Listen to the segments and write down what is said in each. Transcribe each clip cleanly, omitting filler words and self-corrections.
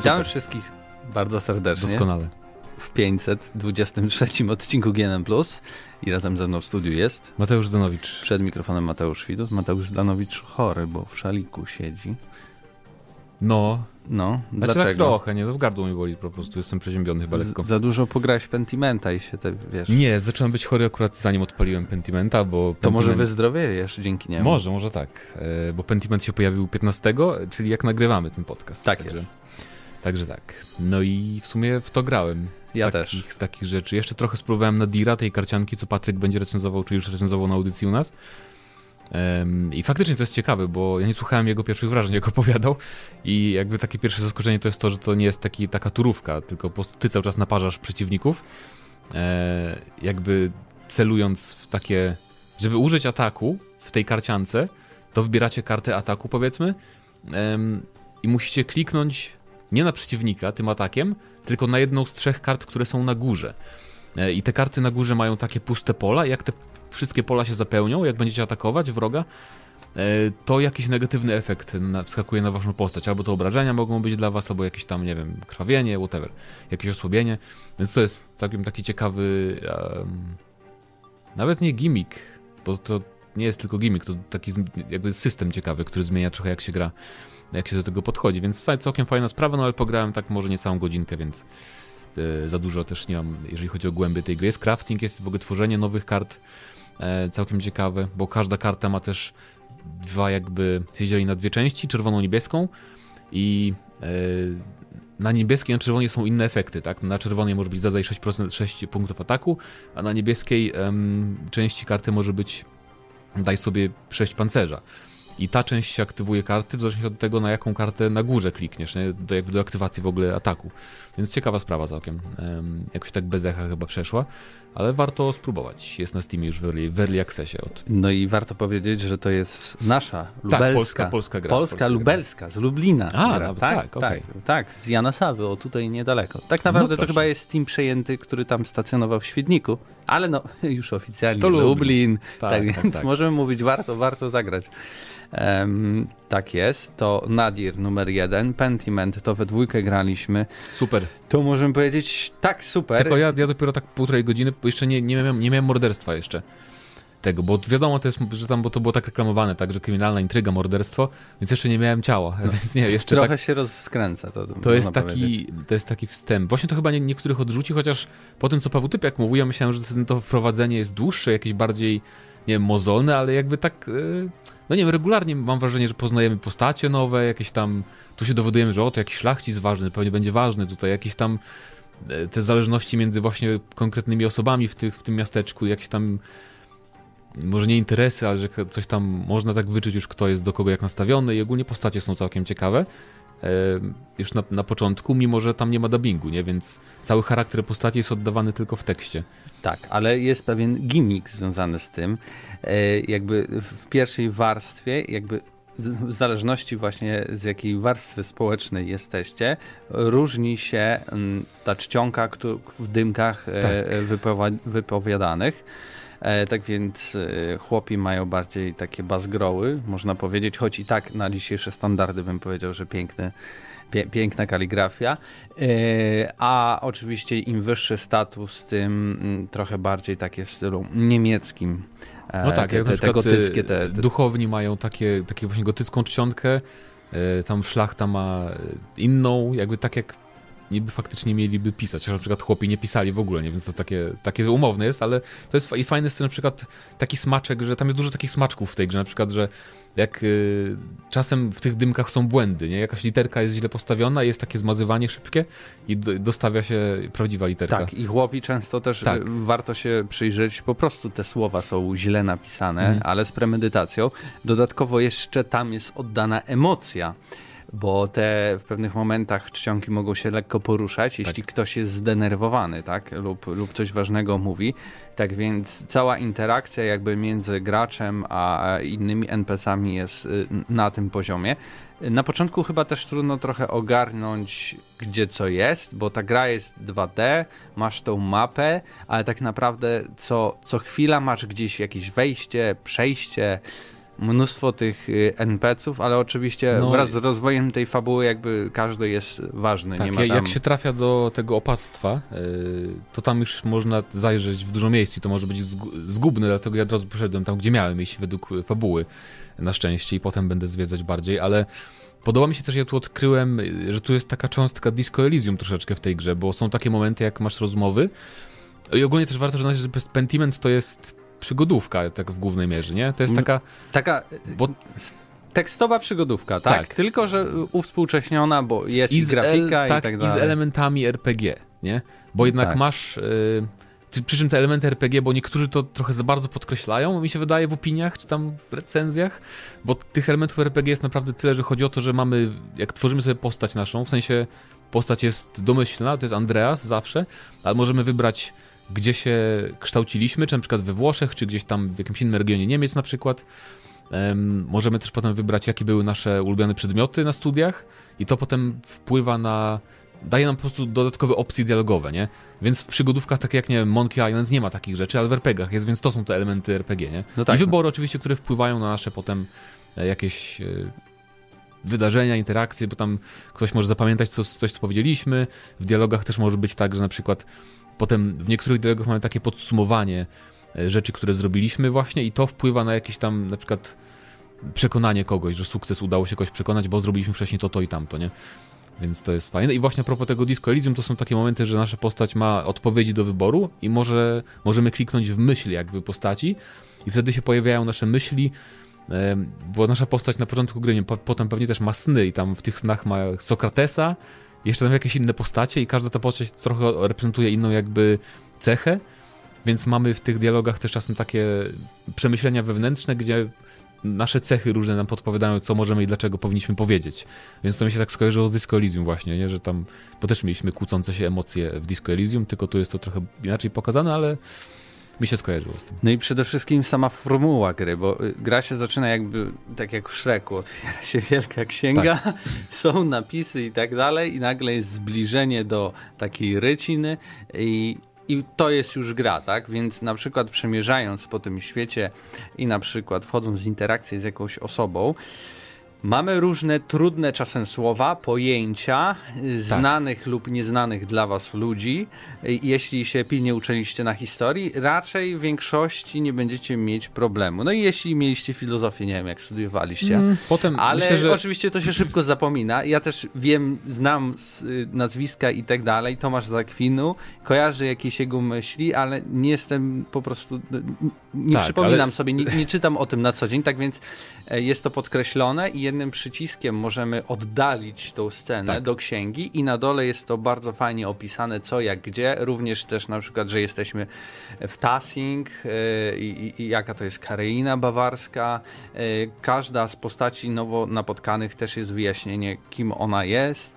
Witamy wszystkich bardzo serdecznie. Doskonale. W 523 odcinku GNM+. I razem ze mną w studiu jest Mateusz Zdanowicz. Przed mikrofonem Mateusz Widut. Mateusz Zdanowicz chory, bo w szaliku siedzi. No, dlaczego? Tak trochę, nie? To w gardło mi boli po prostu, jestem przeziębiony chyba lekko. Za dużo pograłeś w Pentimenta i się wiesz... Nie, zacząłem być chory akurat zanim odpaliłem Pentimenta, bo... To Pentiment... może wyzdrowiejesz dzięki niemu. Może tak, bo Pentiment się pojawił 15, czyli jak nagrywamy ten podcast. Tak jest. Także tak. No i w sumie w to grałem. Z takich rzeczy. Jeszcze trochę spróbowałem na Dira, tej karcianki, co Patryk będzie recenzował, czy już recenzował na audycji u nas. I faktycznie to jest ciekawe, bo ja nie słuchałem jego pierwszych wrażeń, jak opowiadał, i jakby takie pierwsze zaskoczenie to jest to, że to nie jest taka turówka, tylko po prostu ty cały czas naparzasz przeciwników, jakby celując w takie, żeby użyć ataku w tej karciance, to wybieracie kartę ataku, powiedzmy, i musicie kliknąć nie na przeciwnika tym atakiem, tylko na jedną z 3 kart, które są na górze. I te karty na górze mają takie puste pola, jak te wszystkie pola się zapełnią, jak będziecie atakować wroga, to jakiś negatywny efekt wskakuje na waszą postać. Albo to obrażenia mogą być dla was, albo jakieś tam, nie wiem, krwawienie, whatever, jakieś osłabienie. Więc to jest taki ciekawy, nawet nie gimmick, bo to nie jest tylko gimmick, to taki jakby system ciekawy, który zmienia trochę jak się gra, jak się do tego podchodzi. Więc całkiem fajna sprawa, no ale pograłem tak może niecałą godzinkę, więc za dużo też nie mam, jeżeli chodzi o głębię tej gry. Jest crafting, jest w ogóle tworzenie nowych kart, całkiem ciekawe, bo każda karta ma też się dzieli na 2 części, czerwoną i niebieską, i na niebieskiej i na czerwonej są inne efekty, tak? Na czerwonej może być zadaj 6 punktów ataku, a na niebieskiej części karty może być daj sobie 6 pancerza. I ta część się aktywuje karty w zależności od tego, na jaką kartę na górze klikniesz, nie? Do aktywacji w ogóle ataku. Więc ciekawa sprawa całkiem. Jakoś tak bez echa chyba przeszła, ale warto spróbować. Jest na Steamie już w early accessie. No i warto powiedzieć, że to jest nasza, lubelska. Tak, polska gra. Polska lubelska, z Lublina. Nawet tak, okej. Tak, z Jana Sawy, tutaj niedaleko. Tak naprawdę to chyba jest Steam przejęty, który tam stacjonował w Świdniku, ale już oficjalnie to Lublin. Tak, więc tak. możemy mówić, warto zagrać. Tak jest, to Nadir numer 1, Pentiment to we 2 graliśmy. Super. To możemy powiedzieć, tak, super. Tylko ja dopiero tak 1,5 godziny, bo jeszcze nie miałem morderstwa jeszcze tego, bo wiadomo to jest, że tam, bo to było tak reklamowane, tak, że kryminalna intryga, morderstwo, więc jeszcze nie miałem ciała, więc nie, jeszcze trochę się rozkręca to jest taki wstęp. Właśnie to chyba niektórych odrzuci, chociaż po tym, co Paweł Typiak mówił, ja myślałem, że to wprowadzenie jest dłuższe, jakieś bardziej, nie wiem, mozolne, ale jakby tak, no nie wiem, regularnie mam wrażenie, że poznajemy postacie nowe, jakieś tam, tu się dowiadujemy, że to jakiś szlachcic ważny, pewnie będzie ważny tutaj, jakieś tam te zależności między właśnie konkretnymi osobami w tym miasteczku, jakieś tam, może nie interesy, ale że coś tam można tak wyczuć już, kto jest do kogo jak nastawiony, i ogólnie postacie są całkiem ciekawe. Już na początku, mimo że tam nie ma dubbingu, nie? Więc cały charakter postaci jest oddawany tylko w tekście. Tak, ale jest pewien gimmick związany z tym. Jakby w pierwszej warstwie, jakby w zależności właśnie z jakiej warstwy społecznej jesteście, różni się ta czcionka w dymkach wypowiadanych. Tak więc chłopi mają bardziej takie bazgroły, można powiedzieć, choć i tak na dzisiejsze standardy bym powiedział, że piękna kaligrafia, a oczywiście im wyższy status, tym trochę bardziej takie w stylu niemieckim. No tak, jak na przykład gotyckie duchowni mają takie właśnie gotycką czcionkę, tam szlachta ma inną, jakby tak jak niby faktycznie mieliby pisać, że na przykład chłopi nie pisali w ogóle, nie? Więc to takie umowne jest, ale to jest i fajny jest na przykład taki smaczek, że tam jest dużo takich smaczków w tej grze, na przykład, że jak czasem w tych dymkach są błędy, nie? Jakaś literka jest źle postawiona, jest takie zmazywanie szybkie i dostawia się prawdziwa literka. Tak, i chłopi często też warto się przyjrzeć, po prostu te słowa są źle napisane, ale z premedytacją. Dodatkowo jeszcze tam jest oddana emocja, bo te w pewnych momentach czcionki mogą się lekko poruszać, jeśli ktoś jest zdenerwowany, tak? lub coś ważnego mówi. Tak więc cała interakcja jakby między graczem a innymi NPC-ami jest na tym poziomie. Na początku chyba też trudno trochę ogarnąć, gdzie co jest, bo ta gra jest 2D, masz tą mapę, ale tak naprawdę co chwila masz gdzieś jakieś wejście, przejście, mnóstwo tych NPC-ów, ale oczywiście wraz z rozwojem tej fabuły jakby każdy jest ważny. Tak, nie ma tam... jak się trafia do tego opactwa, to tam już można zajrzeć w dużo miejsc i to może być zgubne, dlatego ja od razu poszedłem tam, gdzie miałem iść według fabuły na szczęście i potem będę zwiedzać bardziej, ale podoba mi się też, ja tu odkryłem, że tu jest taka cząstka Disco Elysium troszeczkę w tej grze, bo są takie momenty, jak masz rozmowy i ogólnie też warto znać, że Pentiment to jest przygodówka, tak w głównej mierze, nie? To jest taka... Tekstowa przygodówka, tak? Tylko, że uwspółcześniona, bo jest i grafika i tak dalej. I z elementami RPG, nie? Bo jednak masz... przy czym te elementy RPG, bo niektórzy to trochę za bardzo podkreślają, mi się wydaje w opiniach, czy tam w recenzjach, bo tych elementów RPG jest naprawdę tyle, że chodzi o to, że mamy, jak tworzymy sobie postać naszą, w sensie postać jest domyślna, to jest Andreas zawsze, ale możemy wybrać, gdzie się kształciliśmy, czy na przykład we Włoszech, czy gdzieś tam w jakimś innym regionie Niemiec na przykład. Możemy też potem wybrać, jakie były nasze ulubione przedmioty na studiach i to potem wpływa daje nam po prostu dodatkowe opcje dialogowe, nie? Więc w przygodówkach, tak jak, nie wiem, Monkey Island nie ma takich rzeczy, ale w RPG-ach jest, więc to są te elementy RPG, nie? No tak, i wybory oczywiście, które wpływają na nasze potem jakieś wydarzenia, interakcje, bo tam ktoś może zapamiętać coś, co powiedzieliśmy. W dialogach też może być tak, że na przykład potem w niektórych dialogach mamy takie podsumowanie rzeczy, które zrobiliśmy właśnie i to wpływa na jakieś tam na przykład przekonanie kogoś, że sukces udało się kogoś przekonać, bo zrobiliśmy wcześniej to i tamto, nie? Więc to jest fajne. I właśnie a propos tego Disco Elysium, to są takie momenty, że nasza postać ma odpowiedzi do wyboru i możemy kliknąć w myśl jakby postaci i wtedy się pojawiają nasze myśli, bo nasza postać na początku gry, potem pewnie też ma sny i tam w tych snach ma Sokratesa, jeszcze tam jakieś inne postacie i każda ta postać trochę reprezentuje inną jakby cechę, więc mamy w tych dialogach też czasem takie przemyślenia wewnętrzne, gdzie nasze cechy różne nam podpowiadają, co możemy i dlaczego powinniśmy powiedzieć. Więc to mi się tak skojarzyło z Disco Elysium właśnie, nie? Że tam, bo też mieliśmy kłócące się emocje w Disco Elysium, tylko tu jest to trochę inaczej pokazane, ale mi się skojarzyło z tym. No i przede wszystkim sama formuła gry, bo gra się zaczyna jakby, tak jak w Shreku, otwiera się wielka księga, tak. Są napisy i tak dalej i nagle jest zbliżenie do takiej ryciny i to jest już gra, tak? Więc na przykład przemierzając po tym świecie i na przykład wchodząc w interakcję z jakąś osobą, mamy różne trudne czasem słowa, pojęcia znanych lub nieznanych dla was ludzi. Jeśli się pilnie uczyliście na historii, raczej w większości nie będziecie mieć problemu. No i jeśli mieliście filozofię, nie wiem jak studiowaliście, ale myślę, że... oczywiście to się szybko zapomina. Ja też znam nazwiska i tak dalej. Tomasz z Akwinu, kojarzę jakieś jego myśli, ale nie jestem po prostu, nie przypominam sobie, nie czytam o tym na co dzień, tak więc jest to podkreślone i jednym przyciskiem możemy oddalić tą scenę do księgi i na dole jest to bardzo fajnie opisane co, jak, gdzie. Również też na przykład, że jesteśmy w Tassing i jaka to jest Kareina bawarska. Każda z postaci nowo napotkanych też jest wyjaśnienie, kim ona jest,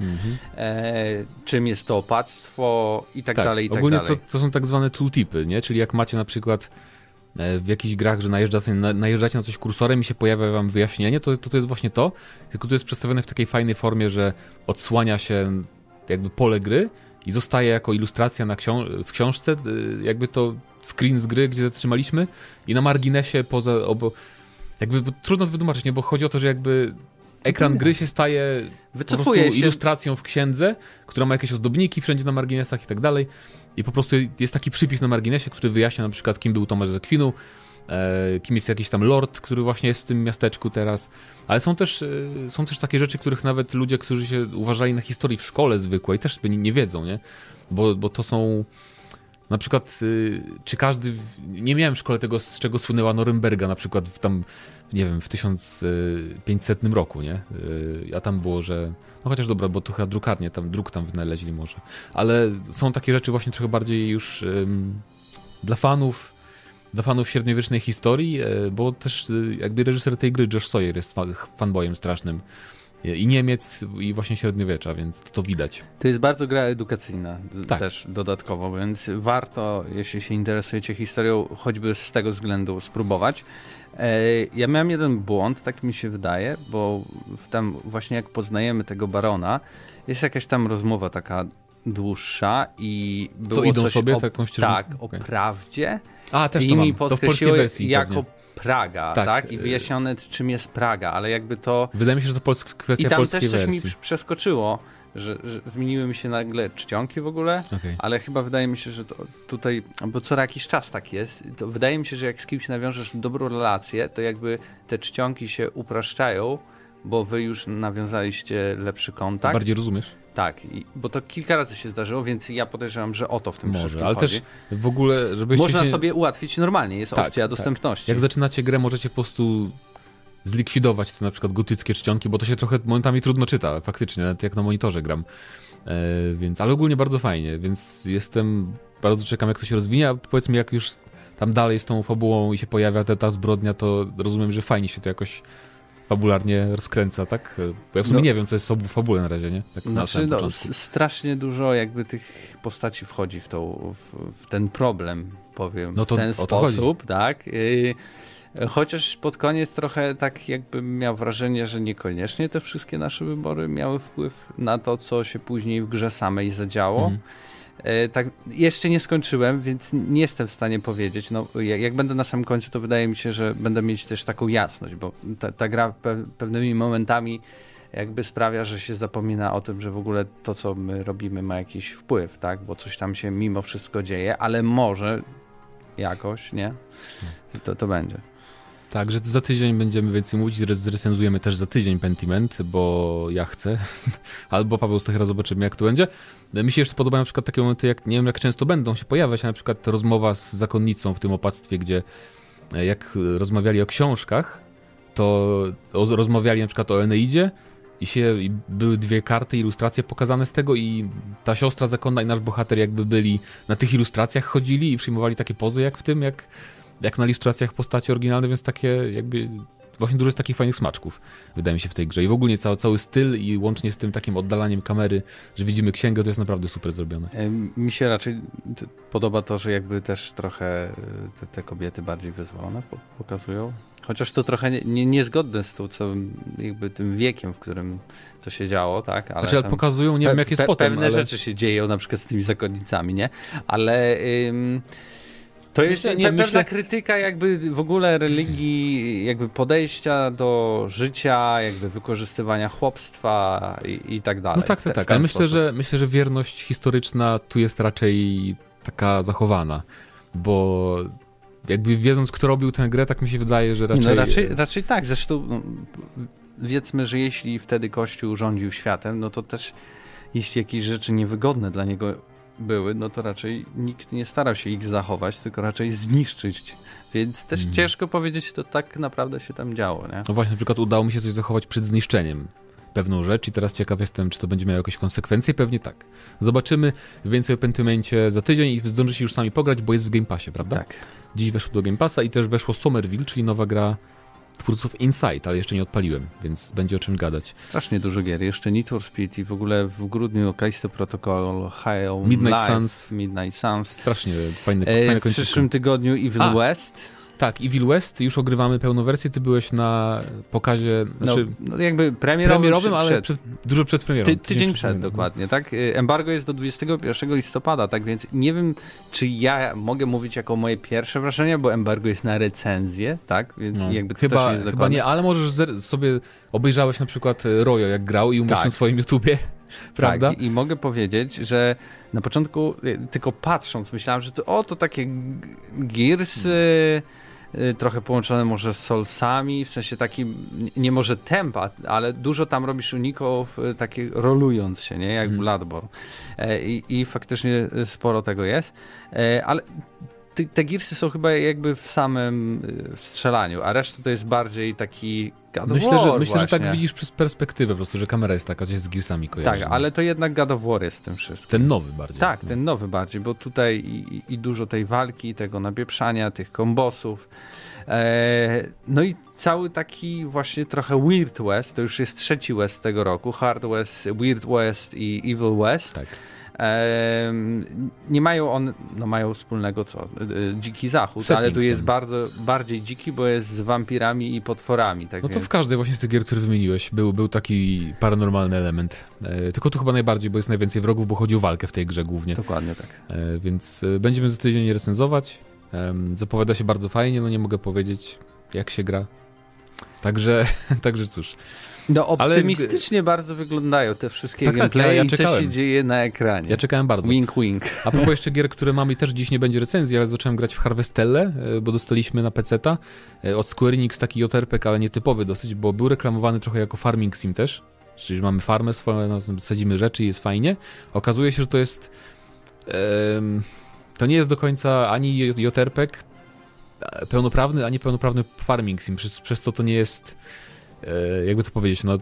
czym jest to opactwo i tak dalej, i tak ogólnie dalej. To są tak zwane tooltipy, nie? Czyli jak macie na przykład w jakichś grach, że najeżdżacie na coś kursorem i się pojawia wam wyjaśnienie, to jest właśnie to, tylko to jest przedstawione w takiej fajnej formie, że odsłania się jakby pole gry i zostaje jako ilustracja w książce, jakby to screen z gry, gdzie zatrzymaliśmy i na marginesie jakby trudno to wytłumaczyć, nie? Bo chodzi o to, że jakby ekran gry się staje wycofuje po prostu ilustracją w księdze, która ma jakieś ozdobniki wszędzie na marginesach i tak dalej. I po prostu jest taki przypis na marginesie, który wyjaśnia na przykład, kim był Tomasz z Akwinu, kim jest jakiś tam lord, który właśnie jest w tym miasteczku teraz. Ale są też takie rzeczy, których nawet ludzie, którzy się uważali na historii w szkole zwykłej, też nie wiedzą, nie? Bo to są... Na przykład, czy każdy... Nie miałem w szkole tego, z czego słynęła Norymberga, na przykład w 1500 roku, nie? A tam było, że... No chociaż dobra, bo to chyba drukarnie, druk tam wynaleźli może. Ale są takie rzeczy właśnie trochę bardziej już dla fanów średniowiecznej historii, bo też jakby reżyser tej gry, Josh Sawyer, jest fanboyem strasznym. I Niemiec, i właśnie średniowiecza, więc to widać. To jest bardzo gra edukacyjna też dodatkowo, więc warto, jeśli się interesujecie historią, choćby z tego względu spróbować. Ja miałem jeden błąd, tak mi się wydaje, bo tam właśnie jak poznajemy tego barona, jest jakaś tam rozmowa taka dłuższa i było co idą coś sobie? Taką ścieżkę? o prawdzie. A, też i to mi mam. To w polskiej wersji jako pewnie. Praga, tak? I wyjaśnione, czym jest Praga, ale jakby to... Wydaje mi się, że to kwestia polskiej wersji. I tam też coś mi przeskoczyło, że zmieniły mi się nagle czcionki w ogóle, ale chyba wydaje mi się, że to tutaj, bo co jakiś czas tak jest, to wydaje mi się, że jak z kimś nawiążesz dobrą relację, to jakby te czcionki się upraszczają, bo wy już nawiązaliście lepszy kontakt. Bardziej rozumiesz? Tak, bo to kilka razy się zdarzyło, więc ja podejrzewam, że o to w tym wszystkim ale chodzi. Też w ogóle, żebyście można sobie ułatwić normalnie, jest opcja dostępności. Jak zaczynacie grę, możecie po prostu zlikwidować te na przykład gotyckie czcionki, bo to się trochę momentami trudno czyta, faktycznie, nawet jak na monitorze gram. Więc, ale ogólnie bardzo fajnie, więc bardzo czekam, jak to się rozwinie, a powiedzmy, jak już tam dalej z tą fabułą i się pojawia ta zbrodnia, to rozumiem, że fajnie się to jakoś fabularnie rozkręca, tak? Bo ja w sumie nie wiem, co jest w fabule na razie, nie? Tak strasznie dużo jakby tych postaci wchodzi w ten problem, powiem, w ten sposób, tak? Chociaż pod koniec trochę tak jakbym miał wrażenie, że niekoniecznie te wszystkie nasze wybory miały wpływ na to, co się później w grze samej zadziało. Tak, jeszcze nie skończyłem, więc nie jestem w stanie powiedzieć. No, jak będę na samym końcu, to wydaje mi się, że będę mieć też taką jasność, bo ta gra pewnymi momentami jakby sprawia, że się zapomina o tym, że w ogóle to, co my robimy, ma jakiś wpływ, tak? Bo coś tam się mimo wszystko dzieje, ale może jakoś, nie? To będzie. Tak, że za tydzień będziemy więcej mówić, zrecenzujemy też za tydzień Pentiment, bo ja chcę, albo Paweł Stachera, zobaczymy, jak to będzie. Mi się jeszcze podobają na przykład takie momenty, jak nie wiem, jak często będą się pojawiać, na przykład rozmowa z zakonnicą w tym opactwie, gdzie jak rozmawiali o książkach, to rozmawiali na przykład o Eneidzie i były dwie karty, ilustracje pokazane z tego i ta siostra zakonna i nasz bohater jakby byli na tych ilustracjach, chodzili i przyjmowali takie pozy jak w tym, jak na ilustracjach postaci oryginalne, więc takie jakby właśnie dużo jest takich fajnych smaczków, wydaje mi się, w tej grze. I w ogóle cały styl i łącznie z tym takim oddalaniem kamery, że widzimy księgę, to jest naprawdę super zrobione. Mi się raczej podoba to, że jakby też trochę te kobiety bardziej wyzwolone pokazują. Chociaż to trochę niezgodne z tą całym jakby tym wiekiem, w którym to się działo, tak? Ale znaczy, pokazują, nie wiem jak jest potem, pewne rzeczy się dzieją, na przykład z tymi zakonnicami, nie? Ale... To jest pewna krytyka jakby w ogóle religii, jakby podejścia do życia, jakby wykorzystywania chłopstwa i tak dalej. No tak, ale myślę, że wierność historyczna tu jest raczej taka zachowana, bo jakby wiedząc, kto robił tę grę, tak mi się wydaje, że raczej... No raczej tak, zresztą wiedzmy, że jeśli wtedy Kościół rządził światem, no to też jeśli jakieś rzeczy niewygodne dla niego były, no to raczej nikt nie starał się ich zachować, tylko raczej zniszczyć. Więc też ciężko powiedzieć, to tak naprawdę się tam działo, nie? No właśnie, na przykład udało mi się coś zachować przed zniszczeniem. Pewną rzecz i teraz ciekaw jestem, czy to będzie miało jakieś konsekwencje. Pewnie tak. Zobaczymy więcej o Pentimencie za tydzień i zdążycie już sami pograć, bo jest w Game Passie, prawda? Tak. Dziś weszło do Game Passa i też weszło Somerville, czyli nowa gra twórców Inside, ale jeszcze nie odpaliłem, więc będzie o czym gadać. Strasznie dużo gier. Jeszcze Need for Speed i w ogóle w grudniu Callisto Protocol, High Midnight Suns. Strasznie fajne w przyszłym tygodniu Evil West. Tak, Evil West, już ogrywamy pełną wersję, ty byłeś na pokazie, znaczy no jakby premierowym, ale dużo przed premierą. Tydzień przed, dokładnie, tak? Embargo jest do 21 listopada, tak więc nie wiem, czy ja mogę mówić jako moje pierwsze wrażenia, bo embargo jest na recenzję, tak? Więc jakby to też nie jest chyba nie, ale możesz sobie obejrzałeś na przykład Royo, jak grał i umieścił na swoim YouTubie, prawda? Tak, i mogę powiedzieć, że na początku tylko patrząc myślałem, że to takie Gearsy, trochę połączone może z Soulsami, w sensie takim, nie może tempa, ale dużo tam robisz uników, takie rolując się, nie? Jak Bloodborne. I faktycznie sporo tego jest. Ale te Gearsy są chyba jakby w samym strzelaniu, a reszta to jest bardziej taki God of War. Myślę, że tak widzisz przez perspektywę po prostu, że kamera jest taka, że się z Gearsami kojarzy. Tak, ale to jednak God of War jest w tym wszystkim. Ten nowy bardziej. Tak, ten nowy bardziej, bo tutaj i dużo tej walki, tego napieprzania, tych kombosów. No i cały taki właśnie trochę Weird West, to już jest trzeci West tego roku, Hard West, Weird West i Evil West. Tak. Nie mają mają wspólnego Dziki Zachód, setting, ale tu jest bardziej dziki, bo jest z wampirami i potworami. Tak no to w każdej właśnie z tych gier, które wymieniłeś, był taki paranormalny element. Tylko tu chyba najbardziej, bo jest najwięcej wrogów, bo chodzi o walkę w tej grze głównie. Dokładnie tak. Więc będziemy za tydzień recenzować. Zapowiada się bardzo fajnie, no nie mogę powiedzieć jak się gra. Także cóż. No optymistycznie bardzo wyglądają te wszystkie gameplaye i co się dzieje na ekranie. Ja czekałem bardzo. Wink, wink. A propos jeszcze gier, które mamy, też dziś nie będzie recenzji, ale zacząłem grać w Harvestelle, bo dostaliśmy na PC-ta od Square Enix taki JRPG, ale nietypowy dosyć, bo był reklamowany trochę jako farming sim też, czyli mamy farmę swoją, sadzimy rzeczy i jest fajnie. Okazuje się, że to jest to nie jest do końca ani JRPG pełnoprawny, ani pełnoprawny farming sim, przez co to nie jest, jakby to powiedzieć, no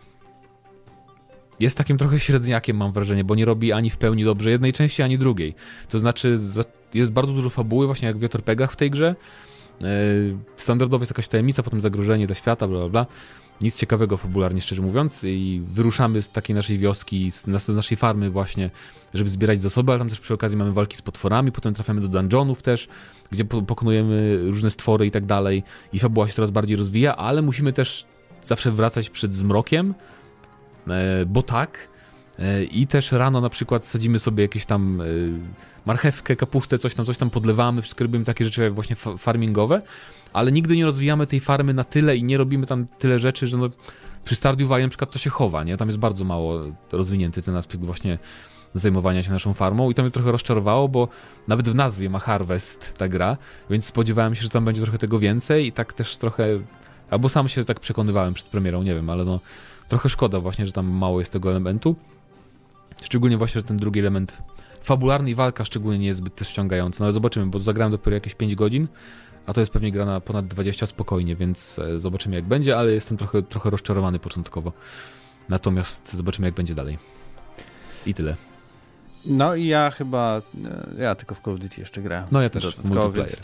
jest takim trochę średniakiem, mam wrażenie, bo nie robi ani w pełni dobrze jednej części, ani drugiej. To znaczy jest bardzo dużo fabuły, właśnie jak w JRPG-ach w tej grze. Standardowo jest jakaś tajemnica, potem zagrożenie dla świata, bla bla bla. Nic ciekawego fabularnie, szczerze mówiąc, i wyruszamy z takiej naszej wioski, z naszej farmy właśnie, żeby zbierać zasoby, ale tam też przy okazji mamy walki z potworami, potem trafiamy do dungeonów też, gdzie pokonujemy różne stwory i tak dalej, i fabuła się coraz bardziej rozwija, ale musimy też zawsze wracać przed zmrokiem, bo tak, i też rano na przykład sadzimy sobie jakieś tam marchewkę, kapustę, coś tam podlewamy, wszystko robimy takie rzeczy właśnie farmingowe, ale nigdy nie rozwijamy tej farmy na tyle i nie robimy tam tyle rzeczy, że no, przy Stardew Valley na przykład to się chowa, nie? Tam jest bardzo mało rozwinięty ten aspekt właśnie zajmowania się naszą farmą i to mnie trochę rozczarowało, bo nawet w nazwie ma Harvest ta gra, więc spodziewałem się, że tam będzie trochę tego więcej i tak też trochę, albo sam się tak przekonywałem przed premierą, nie wiem, ale no trochę szkoda właśnie, że tam mało jest tego elementu. Szczególnie właśnie, że ten drugi element fabularny i walka szczególnie nie jest zbyt też ściągający. No ale zobaczymy, bo zagrałem dopiero jakieś 5 godzin, a to jest pewnie gra na ponad 20 spokojnie, więc zobaczymy jak będzie, ale jestem trochę rozczarowany początkowo. Natomiast zobaczymy jak będzie dalej. I tyle. No i ja tylko w Call of Duty jeszcze grałem. No ja też w multiplayer.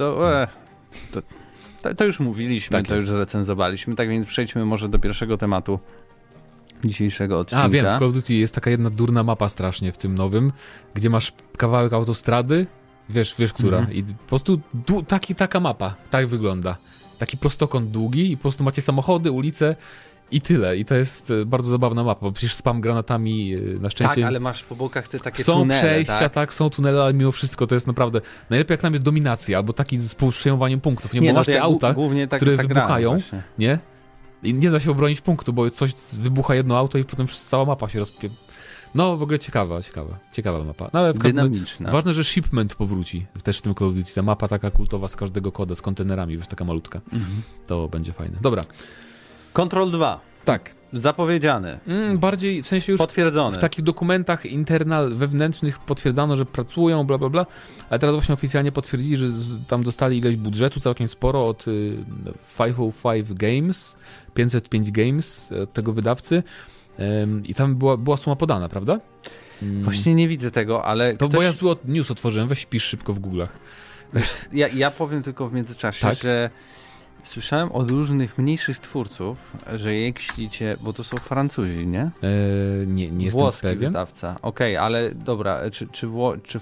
To już mówiliśmy, tak to już zrecenzowaliśmy, tak więc przejdźmy może do pierwszego tematu dzisiejszego odcinka. A wiem, w Call of Duty jest taka jedna durna mapa strasznie w tym nowym, gdzie masz kawałek autostrady, wiesz która, i po prostu taka mapa, tak wygląda. Taki prostokąt długi i po prostu macie samochody, ulice i tyle. I to jest bardzo zabawna mapa, bo przecież spam granatami na szczęście... Tak, ale masz po bokach te takie są tunele, przejścia, tak, są tunele, ale mimo wszystko to jest naprawdę... Najlepiej jak tam jest dominacja, albo taki z przejmowaniem punktów, nie? Bo masz te auta, które wybuchają, nie? I nie da się obronić punktu, bo coś wybucha jedno auto i potem cała mapa się rozpie... No, w ogóle ciekawa mapa. No, ale dynamiczna. Ważne, że Shipment powróci też w tym Call of Duty. Ta mapa taka kultowa z każdego koda, z kontenerami, już taka malutka. To będzie fajne. Dobra. Control 2. Tak. Zapowiedziany. Bardziej, w sensie już potwierdzony. W takich dokumentach wewnętrznych potwierdzano, że pracują, bla, bla, bla. Ale teraz właśnie oficjalnie potwierdzili, że tam dostali ileś budżetu, całkiem sporo od 505 Games, 505 Games, od tego wydawcy. I tam była suma podana, prawda? Właśnie nie widzę tego, ale to bo ja zły news otworzyłem, weź pisz szybko w Google'ach. Ja powiem tylko w międzyczasie, że słyszałem od różnych mniejszych twórców, że jeśli bo to są Francuzi, nie? Nie jestem włoski pewien. wydawca. Okej, ale dobra, czy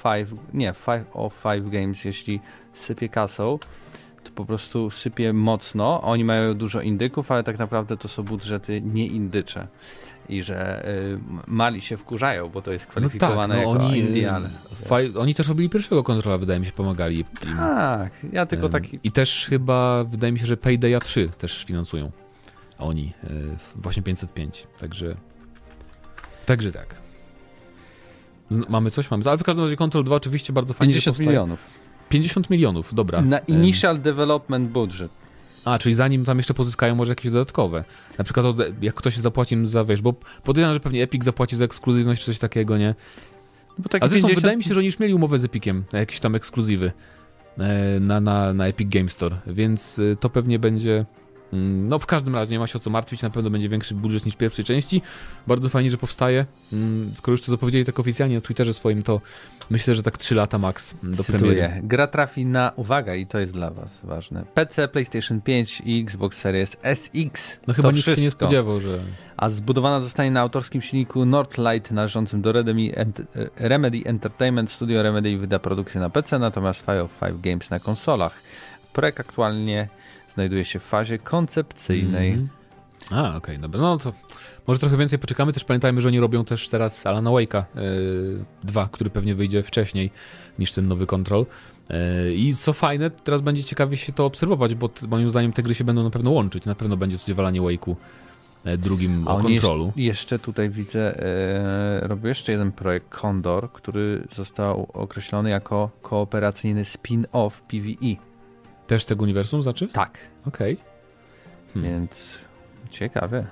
505 Games, jeśli sypie kasą, to po prostu sypie mocno. Oni mają dużo indyków, ale tak naprawdę to są budżety nie indycze. I że mali się wkurzają, bo to jest kwalifikowane jako Indie, ale... Oni też robili pierwszego Controla, wydaje mi się, pomagali. Tak, ja tylko taki... I też chyba, wydaje mi się, że Paydaya 3 też finansują. Oni, właśnie 505. Także tak. Mamy coś? Ale w każdym razie Control 2 oczywiście bardzo fajnie 50 milionów. 50 milionów, dobra. Na initial development budget. Czyli zanim tam jeszcze pozyskają może jakieś dodatkowe. Na przykład jak ktoś zapłaci im za, bo podejrzewam, że pewnie Epic zapłaci za ekskluzywność czy coś takiego, nie? A zresztą wydaje mi się, że oni już mieli umowę z Epiciem na jakieś tam ekskluzywy na Epic Game Store, więc to pewnie będzie... No w każdym razie nie ma się o co martwić, na pewno będzie większy budżet niż pierwszej części. Bardzo fajnie, że powstaje. Skoro już to zapowiedzieli tak oficjalnie na Twitterze swoim, to myślę, że tak 3 lata max do premiery. Gra trafi na, uwaga, i to jest dla was ważne, PC, PlayStation 5 i Xbox Series SX. No chyba nikt się nie spodziewał, że... A zbudowana zostanie na autorskim silniku Northlight należącym do Remedy Entertainment. Studio Remedy wyda produkcję na PC, natomiast 505 Games na konsolach. Projekt aktualnie znajduje się w fazie koncepcyjnej. Okej, dobra. No to może trochę więcej poczekamy. Też pamiętajmy, że oni robią też teraz Alana Wake'a 2, który pewnie wyjdzie wcześniej niż ten nowy Control. I co fajne, teraz będzie ciekawie się to obserwować, bo moim zdaniem te gry się będą na pewno łączyć. Na pewno będzie coś w Alanie Wake'u drugim o Controlu. Jeszcze tutaj widzę, robił jeszcze jeden projekt Condor, który został określony jako kooperacyjny spin-off PvE. Też z tego uniwersum znaczy? Tak. Okej. Więc ciekawe.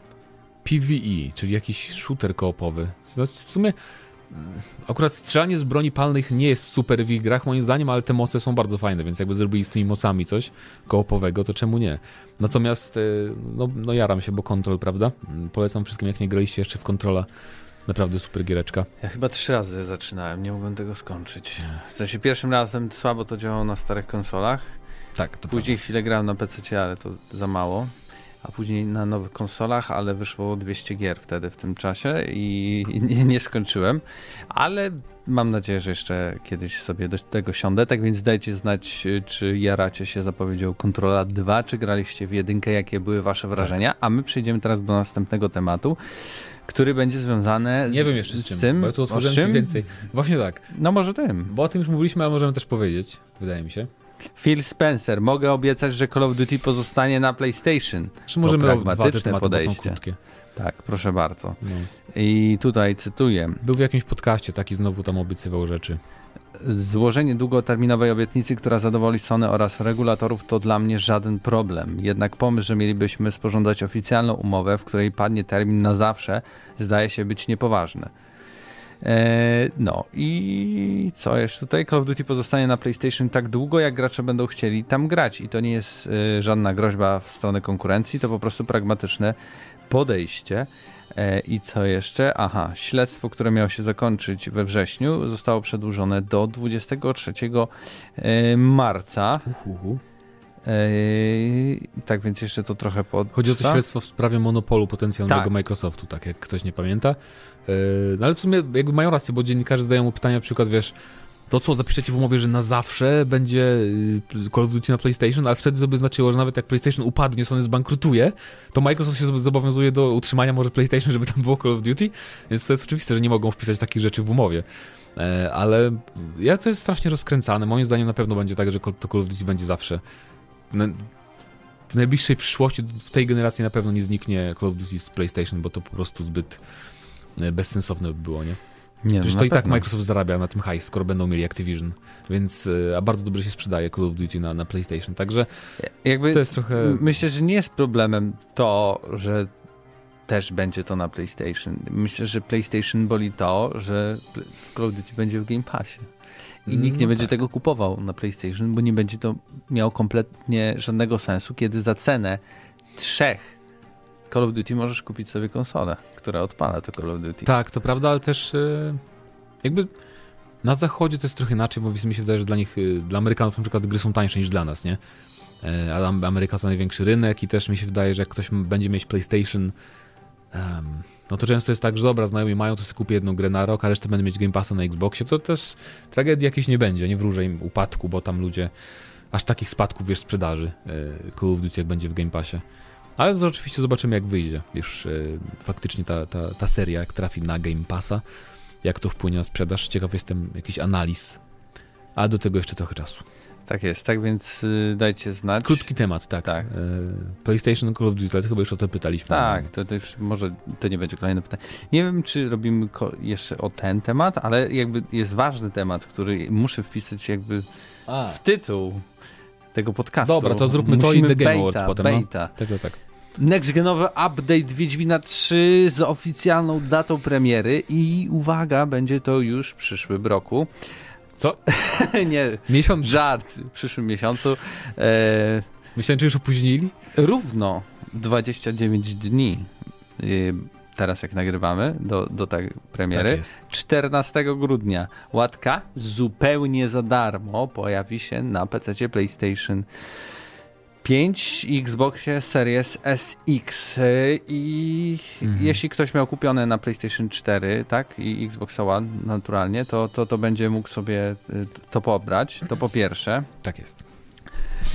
PvE, czyli jakiś shooter koopowy. W sumie akurat strzelanie z broni palnych nie jest super w ich grach moim zdaniem, ale te moce są bardzo fajne, więc jakby zrobili z tymi mocami coś koopowego, to czemu nie? Natomiast no jaram się, bo Control, prawda? Polecam wszystkim, jak nie graliście jeszcze w Controla. Naprawdę super giereczka. Ja chyba 3 razy zaczynałem, nie mogłem tego skończyć. W sensie pierwszym razem słabo to działało na starych konsolach. Tak, to później chwilę grałem na PC, ale to za mało. A później na nowych konsolach, ale wyszło 200 gier wtedy w tym czasie i nie skończyłem. Ale mam nadzieję, że jeszcze kiedyś sobie do tego siądę. Tak więc dajcie znać, czy jaracie się zapowiedzią Controla 2, czy graliście w 1, jakie były wasze wrażenia. Tak. A my przejdziemy teraz do następnego tematu, który będzie związany nie wiem jeszcze z tym, bo tu otworzyłem ci więcej. Właśnie tak. No może tym. Bo o tym już mówiliśmy, ale możemy też powiedzieć, wydaje mi się. Phil Spencer, mogę obiecać, że Call of Duty pozostanie na PlayStation. Czy możemy o 2 te tematy, podejście. Bo są krótkie. Tak, proszę bardzo. No. I tutaj cytuję. Był w jakimś podcaście, taki znowu tam obiecywał rzeczy. Złożenie długoterminowej obietnicy, która zadowoli Sony oraz regulatorów, to dla mnie żaden problem. Jednak pomysł, że mielibyśmy sporządzać oficjalną umowę, w której padnie termin na zawsze, zdaje się być niepoważny. No i co jeszcze tutaj? Call of Duty pozostanie na PlayStation tak długo, jak gracze będą chcieli tam grać i to nie jest żadna groźba w stronę konkurencji, to po prostu pragmatyczne podejście. I co jeszcze? Aha, śledztwo, które miało się zakończyć we wrześniu, zostało przedłużone do 23 marca. Tak więc jeszcze to trochę Chodzi o to śledztwo w sprawie monopolu potencjalnego tak. Microsoftu, tak jak ktoś nie pamięta. No ale w sumie jakby mają rację, bo dziennikarze zadają mu pytania, na przykład wiesz, to co zapiszecie w umowie, że na zawsze będzie Call of Duty na PlayStation, ale wtedy to by znaczyło, że nawet jak PlayStation upadnie, Sony zbankrutuje, to Microsoft się zobowiązuje do utrzymania może PlayStation, żeby tam było Call of Duty, więc to jest oczywiste, że nie mogą wpisać takich rzeczy w umowie. Ale to jest strasznie rozkręcane. Moim zdaniem na pewno będzie tak, że to Call of Duty będzie zawsze. W najbliższej przyszłości, w tej generacji na pewno nie zniknie Call of Duty z PlayStation, bo to po prostu zbyt bezsensowne by było, nie? Przecież to i tak Microsoft zarabia na tym hajs, skoro będą mieli Activision, więc a bardzo dobrze się sprzedaje Call of Duty na PlayStation, także jakby to jest trochę... Myślę, że nie jest problemem to, że też będzie to na PlayStation. Myślę, że PlayStation boli to, że Call of Duty będzie w Game Passie. I nikt nie będzie tego kupował na PlayStation, bo nie będzie to miało kompletnie żadnego sensu, kiedy za cenę 3 Call of Duty możesz kupić sobie konsolę, która odpala to Call of Duty. Tak, to prawda, ale też jakby na zachodzie to jest trochę inaczej, bo mi się wydaje, że dla nich, dla Amerykanów na przykład gry są tańsze niż dla nas, nie? Ale Ameryka to największy rynek i też mi się wydaje, że jak ktoś będzie mieć PlayStation, no to często jest tak, że dobra, znajomi mają, to sobie kupię jedną grę na rok, a resztę będę mieć Game Passa na Xboxie, to też tragedii jakiejś nie będzie, nie wróżę im upadku, bo tam ludzie, aż takich spadków wiesz sprzedaży Call of Duty jak będzie w Game Passie. Ale to oczywiście zobaczymy jak wyjdzie już faktycznie ta seria, jak trafi na Game Passa, jak to wpłynie na sprzedaż. Ciekaw jestem jakichś analiz, a do tego jeszcze trochę czasu. Tak jest, tak więc dajcie znać. Krótki temat, tak. PlayStation Call of Duty, chyba już o to pytaliśmy. Tak, to już może to nie będzie kolejne pytanie. Nie wiem, czy robimy jeszcze o ten temat, ale jakby jest ważny temat, który muszę wpisać jakby w tytuł tego podcastu. Dobra, to zróbmy to i The Game Awards potem. Tak. Next-genowy update Wiedźmina 3 z oficjalną datą premiery i uwaga, będzie to już w przyszłym roku. Co? Nie, miesiąc? Żart, w przyszłym miesiącu. Myślałem, czy już opóźnili? Równo 29 dni. Teraz jak nagrywamy do tej premiery. Tak jest. 14 grudnia. Łatka zupełnie za darmo pojawi się na PC, PlayStation 5, Xboxie Series SX i jeśli ktoś miał kupione na PlayStation 4, tak, i Xbox One naturalnie, to będzie mógł sobie to pobrać, to po pierwsze. Tak jest.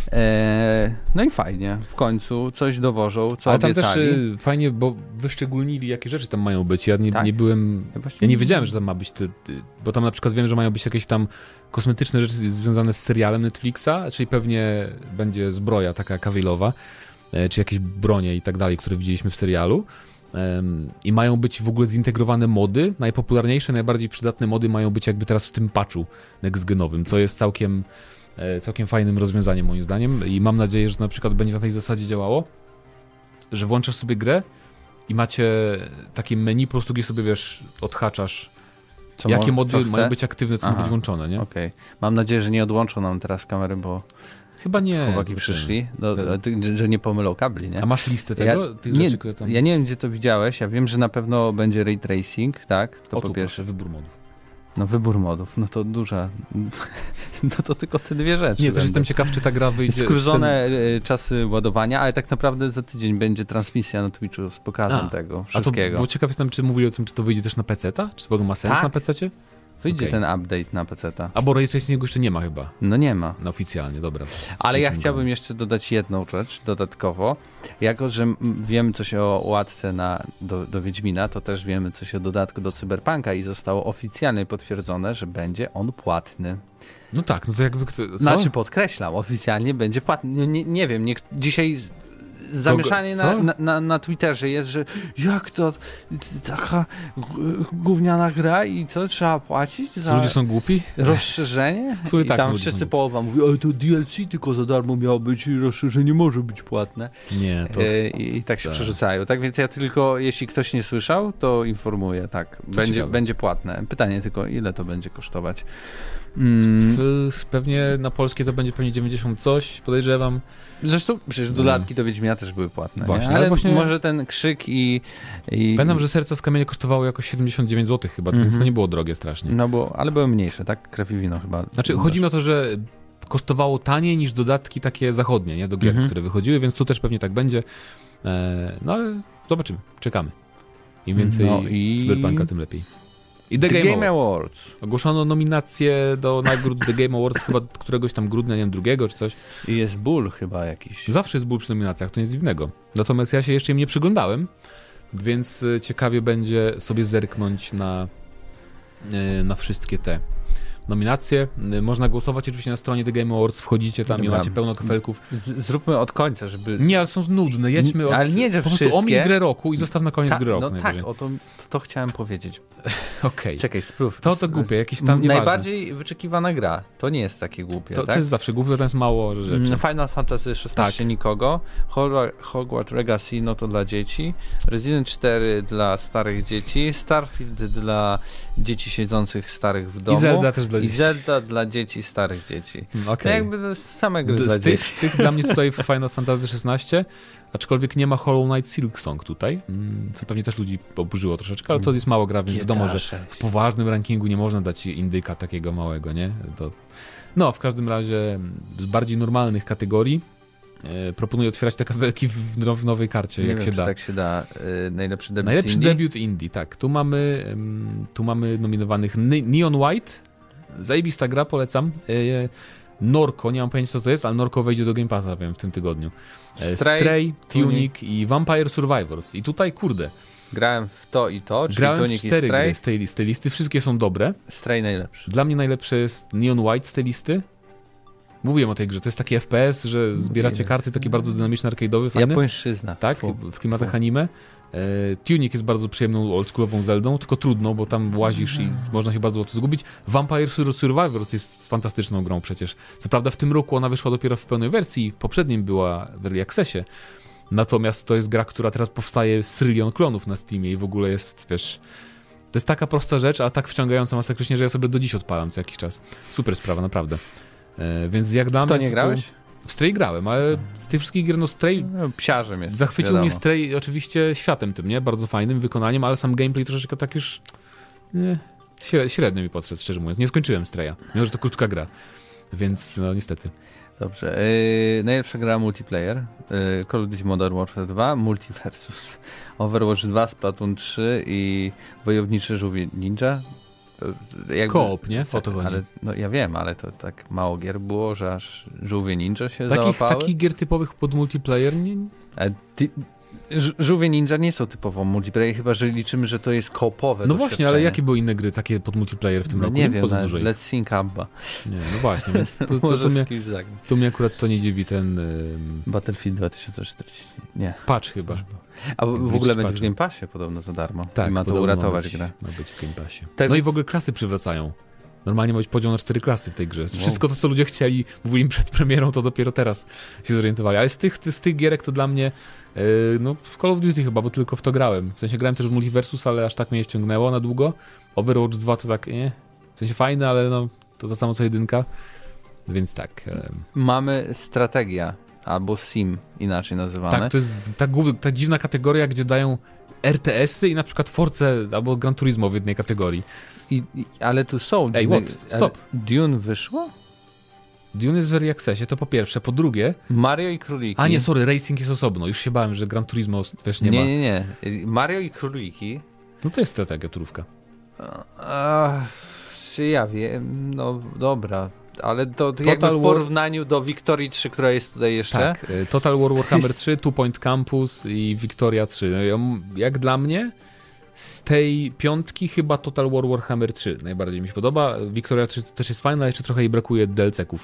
No i fajnie, w końcu coś dowożą, co ale obiecali. Ale tam też fajnie, bo wyszczególnili, jakie rzeczy tam mają być. Ja nie byłem... Ja nie wiedziałem, że tam ma być... Bo tam na przykład wiem, że mają być jakieś tam kosmetyczne rzeczy związane z serialem Netflixa, czyli pewnie będzie zbroja taka Cavillowa, czy jakieś bronie i tak dalej, które widzieliśmy w serialu. I mają być w ogóle zintegrowane mody. Najpopularniejsze, najbardziej przydatne mody mają być jakby teraz w tym patchu next-genowym, co jest całkiem fajnym rozwiązaniem moim zdaniem i mam nadzieję, że na przykład będzie na tej zasadzie działało, że włączasz sobie grę i macie takie menu po prostu, gdzie sobie, wiesz, odhaczasz jakie mody mają być aktywne, co ma być włączone, nie? Okej. Mam nadzieję, że nie odłączą nam teraz kamery, bo chyba nie. Chłopaki przyszli, że nie pomylą kabli, nie? A masz listę tego? Tych rzeczy, które tam... Ja nie wiem, gdzie to widziałeś, ja wiem, że na pewno będzie ray tracing, tak? To po pierwsze. Wybór modów. No wybór modów, no to duża, no to tylko te dwie rzeczy. Nie, też jestem ciekaw, czy ta gra wyjdzie... Skrócone czasy ładowania, ale tak naprawdę za tydzień będzie transmisja na Twitchu z pokazem tego wszystkiego. Bo ciekaw jestem, czy mówili o tym, czy to wyjdzie też na PC-ta? Czy w ogóle ma sens na PC-cie? Wyjdzie ten update na PC-ta. A bo ray tracingu jeszcze nie ma chyba. No nie ma. No oficjalnie, dobra. Ale ja chciałbym jeszcze dodać jedną rzecz dodatkowo. Jako, że wiemy coś o łatce do Wiedźmina, to też wiemy coś o dodatku do Cyberpunka i zostało oficjalnie potwierdzone, że będzie on płatny. No tak, no to jakby... Znaczy podkreślam, oficjalnie będzie płatny. Nie wiem, dzisiaj... Zamieszanie na Twitterze jest, że jak to taka gówniana gra i co, trzeba płacić za ludzie są głupi? Rozszerzenie? I tak, tam wszyscy połowa mówi, ale to DLC tylko za darmo miało być i rozszerzenie może być płatne. Nie, to... I tak się przerzucają. Tak więc ja tylko, jeśli ktoś nie słyszał, to informuję, tak, będzie płatne. Pytanie tylko, ile to będzie kosztować? Pewnie na polskie to będzie pewnie 90 coś, podejrzewam. Zresztą przecież dodatki do Wiedźmina też były płatne. Właśnie, ale właśnie... może ten krzyk i... Pamiętam, że Serca z Kamienia kosztowało jakoś 79 zł chyba, więc to nie było drogie strasznie. No ale były mniejsze, tak? Krew i wino chyba. Znaczy chodzi mi o to, że kosztowało taniej niż dodatki takie zachodnie, nie? Do gier, które wychodziły, więc tu też pewnie tak będzie. No ale zobaczymy, czekamy. Im więcej Cyberpunka, tym lepiej. I The Game Awards. Ogłoszono nominacje do nagród The Game Awards chyba któregoś tam grudnia, nie wiem, 2 czy coś. I jest ból chyba jakiś. Zawsze jest ból przy nominacjach, to nic dziwnego. Natomiast ja się jeszcze im nie przyglądałem, więc ciekawie będzie sobie zerknąć na wszystkie te nominacje. Można głosować oczywiście na stronie The Game Awards, wchodzicie tam i macie pełno kafelków. Zróbmy od końca, żeby... Nie, ale są nudne, jedźmy od... Ale nie, że po prostu omiń grę roku i zostaw na koniec grę roku. No tak, to chciałem powiedzieć. Okej. Czekaj, spróbuj. To głupie, jakiś tam najbardziej wyczekiwana gra. To nie jest takie głupie, to jest zawsze głupie, to jest mało rzeczy. Final Fantasy XVI nikogo. Hogwarts Legacy no to dla dzieci. Resident 4 dla starych dzieci. Starfield dla dzieci siedzących starych w domu. I Zelda też dla dzieci. I Zelda dla dzieci, starych dzieci. Okay. Jakby same gry dla dzieci. Z tych dla mnie tutaj w Final Fantasy XVI, aczkolwiek nie ma Hollow Knight Silksong tutaj, co pewnie też ludzi oburzyło troszeczkę, ale to jest mało gra, więc wiadomo, że w poważnym rankingu nie można dać indyka takiego małego, nie? No, w każdym razie z bardziej normalnych kategorii proponuję otwierać te kabelki w nowej karcie, jak się da. Tak się da. Najlepszy debiut indie, tak. Tu mamy nominowanych Neon White, zajebista gra, polecam. Norco, nie mam pojęcia co to jest, ale Norco wejdzie do Game Passa, wiem, w tym tygodniu. Stray, Tunic i Vampire Survivors. I tutaj, kurde. Grałem w to i to, czyli grałem Tunic w 4 i Stray. Gry z tej listy, wszystkie są dobre. Stray najlepszy. Dla mnie najlepsze jest Neon White z tej listy. Mówiłem o tej grze, to jest taki FPS, że zbieracie karty, taki bardzo dynamiczny, arcade'owy, fajny. Japońszczyzna. Tak, w klimatach anime. Tunic jest bardzo przyjemną, oldschoolową Zeldą, tylko trudną, bo tam łazisz i można się bardzo łatwo zgubić. Vampire Survivors jest fantastyczną grą przecież. Co prawda w tym roku ona wyszła dopiero w pełnej wersji, w poprzednim była w Early Accessie. Natomiast to jest gra, która teraz powstaje z trylion klonów na Steamie i w ogóle jest, wiesz... To jest taka prosta rzecz, a tak wciągająca masakrycznie, że ja sobie do dziś odpalam co jakiś czas. Super sprawa, naprawdę. Więc jak dla mnie... W to nie grałeś? W Stray grałem, ale z tych wszystkich gier, Stray... Psiarzem jest. Zachwycił mnie Stray oczywiście światem tym, nie? Bardzo fajnym wykonaniem, ale sam gameplay troszeczkę tak już... średnio mi podszedł, szczerze mówiąc. Nie skończyłem Straya, mimo że to krótka gra. Więc, no niestety. Dobrze. Najlepsza gra multiplayer. Call of Duty Modern Warfare 2, Multiversus, Overwatch 2, Splatoon 3 i Wojowniczy Żółwie Ninja. Koop, nie? O to chodzi. Ale, no ja wiem, ale to tak mało gier było, że aż żółwie ninja się załapały. Takich gier typowych pod multiplayer nie... Żółwie ninja nie są typowo multiplayer, chyba że liczymy, że to jest koopowe. No właśnie, ale jakie były inne gry takie pod multiplayer w tym roku? Nie wiem, Let's Sync Abba. Nie, no właśnie, więc tu mnie akurat to nie dziwi ten... Battlefield 2040. Nie. Patch chyba. A w ogóle będzie w Game Passie podobno za darmo. Tak, i ma to uratować grę. Ma być w Game Passie. Tak no i w ogóle klasy przywracają. Normalnie ma być podział na 4 klasy w tej grze. Wszystko to, co ludzie chcieli, mówili im przed premierą, to dopiero teraz się zorientowali. Ale z tych gierek to dla mnie no Call of Duty chyba, bo tylko w to grałem. W sensie grałem też w Multiversus, ale aż tak mnie nie wciągnęło na długo. Overwatch 2 to tak, nie? W sensie fajne, ale no to samo co 1. Więc tak. Mamy strategia, albo sim, inaczej nazywane. Tak, to jest ta dziwna kategoria, gdzie dają RTS-y i na przykład Force albo Gran Turismo w jednej kategorii. Ale tu są... Ej, stop. Dune wyszło? Dune jest w Early Accessie, to po pierwsze. Po drugie... Mario i Króliki. A nie, sorry, Racing jest osobno. Już się bałem, że Gran Turismo też nie ma. Nie. Mario i Króliki... No to jest strategia, turówka. Czy ja wiem, no dobra. Ale to jakby w porównaniu do Victorii 3, która jest tutaj jeszcze... Tak, Total War Warhammer 3, Two Point Campus i Victoria 3. Jak dla mnie... Z tej 5 chyba Total War Warhammer 3 najbardziej mi się podoba. Victoria 3 też jest fajna, jeszcze trochę jej brakuje DLC-ków.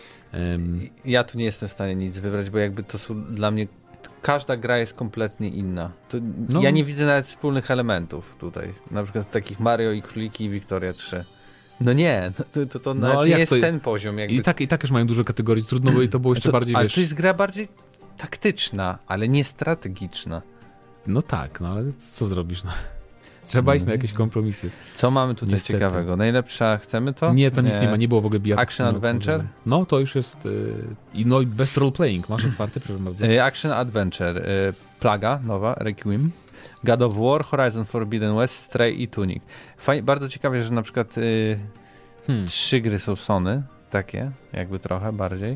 Ja tu nie jestem w stanie nic wybrać, bo jakby to są dla mnie... Każda gra jest kompletnie inna. Ja nie widzę nawet wspólnych elementów tutaj. Na przykład takich Mario i Króliki i Victoria 3. No nie, to nawet nie jest ten poziom. Jakby... I tak już mają dużo kategorii, trudno by to było jeszcze bardziej, ale to jest gra bardziej taktyczna, ale nie strategiczna. No tak, no ale co zrobisz? No. Trzeba iść na jakieś kompromisy. Co mamy tutaj ciekawego? Najlepsza, chcemy to? Nie, to nic nie ma, nie było w ogóle bijatyki. Action Adventure? No, to już jest... No i best role playing, masz otwarty, proszę bardzo. Action Adventure, Plaga, nowa, Requiem, God of War, Horizon Forbidden West, Stray i Tunic. Bardzo ciekawie, że na przykład 3 gry są Sony, takie, jakby trochę bardziej,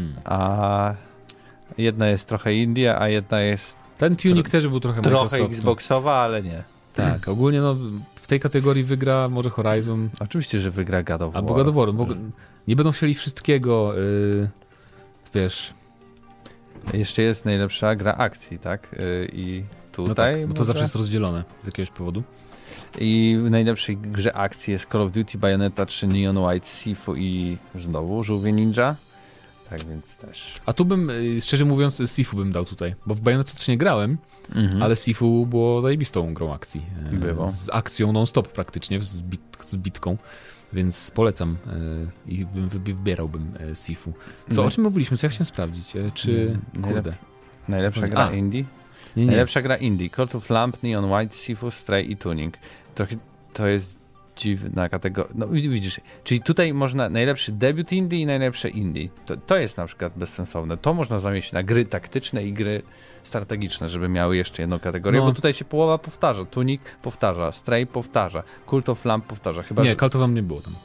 a jedna jest trochę indie, a jedna jest... Ten Tunic też był trochę Microsoftu. Trochę Xboxowa, ale nie. Tak, ogólnie no w tej kategorii wygra może Horizon. Oczywiście, że wygra God of War. Albo God of War, bo nie będą chcieli wszystkiego, wiesz... Jeszcze jest najlepsza gra akcji, tak? I tutaj... No tak, bo to zawsze jest rozdzielone z jakiegoś powodu. I w najlepszej grze akcji jest Call of Duty, Bayonetta 3, Neon White, Sifu i znowu Żółwie Ninja. Tak więc też. A tu bym, szczerze mówiąc, Sifu bym dał tutaj, bo w Bayonetta 3 nie grałem, ale Sifu było zajebistą grą akcji. Było. Z akcją non-stop praktycznie, z bitką, więc polecam i wybierałbym Sifu. O czym mówiliśmy? Co ja chciałem sprawdzić? Czy... Kurde. Najlepsza gra indie? Nie. Najlepsza gra indie. Cult of Lamp, Neon White, Sifu, Stray i Tunic. Trochę to jest dziwna kategoria. No widzisz, czyli tutaj można najlepszy debiut indie i najlepsze indie. To jest na przykład bezsensowne. To można zamieścić na gry taktyczne i gry strategiczne, żeby miały jeszcze jedną kategorię, bo tutaj się połowa powtarza. Tunic powtarza, Stray powtarza, Cult of Lamp powtarza. Chyba, nie, Cult of Lamp nie było tam.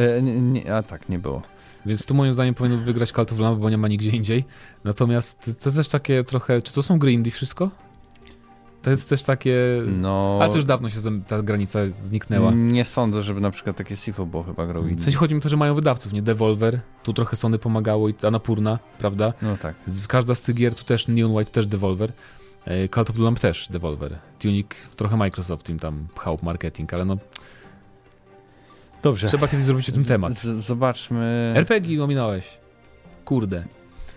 Nie było. Więc tu moim zdaniem powinien wygrać Cult of Lamp, bo nie ma nigdzie indziej. Natomiast to też takie trochę... Czy to są gry indie wszystko? To jest też takie... No... Ale to już dawno się ta granica zniknęła. Nie sądzę, żeby na przykład takie Sifu było chyba grą indie. W sensie chodzi mi o to, że mają wydawców, nie? Devolver, tu trochę Sony pomagało i Annapurna, prawda? No tak. Każda z tych gier, tu też Neon White też Devolver. Cult of the Lamp też Devolver. Tunic trochę Microsoft im tam pchał marketing, ale no... Dobrze. Trzeba kiedyś zrobić o tym temat. Zobaczmy... RPG ominąłeś. Kurde.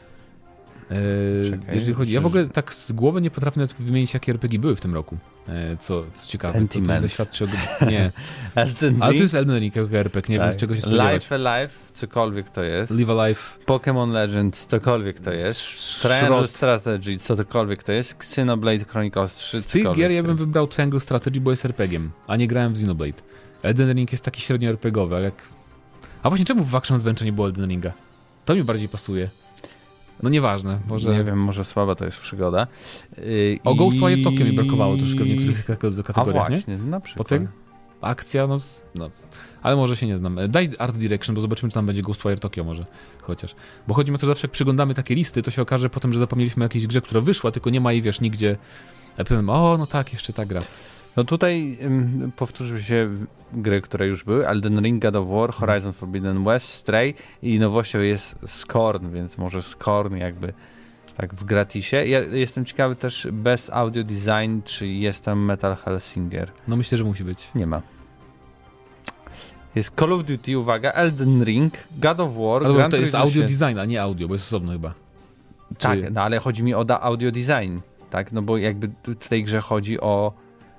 Jeżeli chodzi... Ja w ogóle tak z głowy nie potrafię nawet wymienić, jakie RPG były w tym roku. Co ciekawe. To doświadczy... Nie. Ale to jest Elden Ring jako RPG, nie wiem, z czego się spodziewać. Life Alive, cokolwiek to jest. Live Alive. Pokémon Legends, cokolwiek to jest. Triangle Strategy, cokolwiek to jest. Xenoblade Chronicles 3, z tych gier ja bym wybrał Triangle Strategy, bo jest RPG-iem, a nie grałem w Xenoblade. Elden Ring jest taki średnio RPG-owy, ale jak... A właśnie czemu w Action Adventure nie było Elden Ringa? To mi bardziej pasuje. No nieważne, może... Nie wiem, może słaba to jest przygoda. Ghostwire Tokyo mi brakowało troszkę w niektórych kategoriach, a właśnie, nie? Na przykład. Potem akcja, no. Ale może się nie znam. Daj Art Direction, bo zobaczymy, czy tam będzie Ghostwire Tokyo może chociaż. Bo chodzi mi o to, że zawsze jak przyglądamy takie listy, to się okaże potem, że zapomnieliśmy o jakiejś grze, która wyszła, tylko nie ma jej, wiesz, nigdzie. Ja powiem, no tak, jeszcze ta gra. No tutaj powtórzyły się gry, które już były. Elden Ring, God of War, Horizon Forbidden West, Stray i nowością jest Scorn, więc może Scorn jakby tak w gratisie. Ja jestem ciekawy też Best Audio Design, czy jest tam Metal Hellsinger. No myślę, że musi być. Nie ma. Jest Call of Duty, uwaga, Elden Ring, God of War, ale Gran to jest audio design, a nie audio, bo jest osobno chyba. Tak, no ale chodzi mi o audio design, tak? No bo jakby w tej grze chodzi o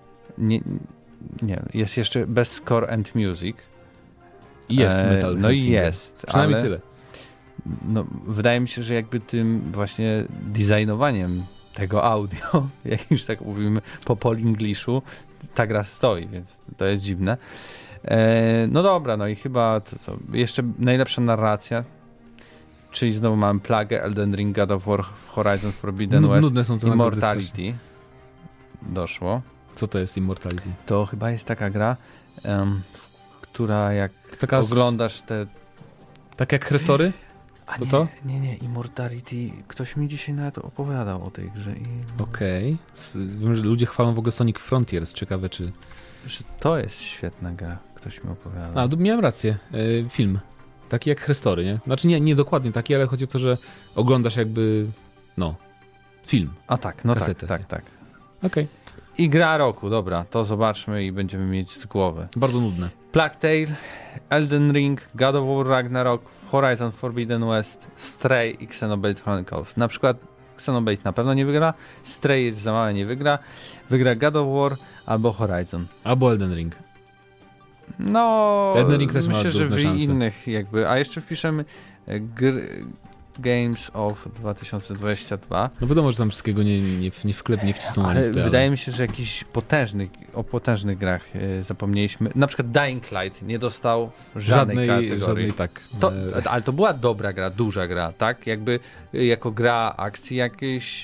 nie, jest jeszcze Best Score and Music. Jest Metal no i jest. Przynajmniej tyle. No, wydaje mi się, że jakby tym właśnie designowaniem tego audio, jak już tak mówimy po polingliszu, ta gra stoi, więc to jest dziwne. No dobra, no i chyba to co? Jeszcze najlepsza narracja, czyli znowu mamy Plagę, Elden Ring, God of War, Horizon Forbidden West, nudne są te Immortality. Doszło. Co to jest Immortality? To chyba jest taka gra, która jak taka oglądasz te... Tak jak Chrystory? To? Nie, Immortality. Ktoś mi dzisiaj nawet opowiadał o tej grze. Okej. Wiem, że ludzie chwalą w ogóle Sonic Frontiers. Ciekawe, czy... Że to jest świetna gra. Ktoś mi opowiadał. Miałem rację. Film. Taki jak Chrystory, nie? Znaczy nie dokładnie taki, ale chodzi o to, że oglądasz jakby... film. A tak, no kasetę, tak. Okej. I gra roku, dobra. To zobaczmy i będziemy mieć z głowy. Bardzo nudne. Plague Tale, Elden Ring, God of War Ragnarok, Horizon Forbidden West, Stray i Xenoblade Chronicles. Na przykład Xenoblade na pewno nie wygra, Stray jest za małe, nie wygra. Wygra God of War albo Horizon. Albo Elden Ring. No, Elden Ring też myślę, że w szanse. innych jakby, a jeszcze wpiszemy Games of 2022. No wiadomo, że tam wszystkiego nie wcisną na listę. Wydaje mi się, że jakiś o potężnych grach zapomnieliśmy. Na przykład Dying Light nie dostał żadnej kategorii. Tak. Ale to była dobra gra, duża gra, tak? Jakby jako gra akcji jakiejś...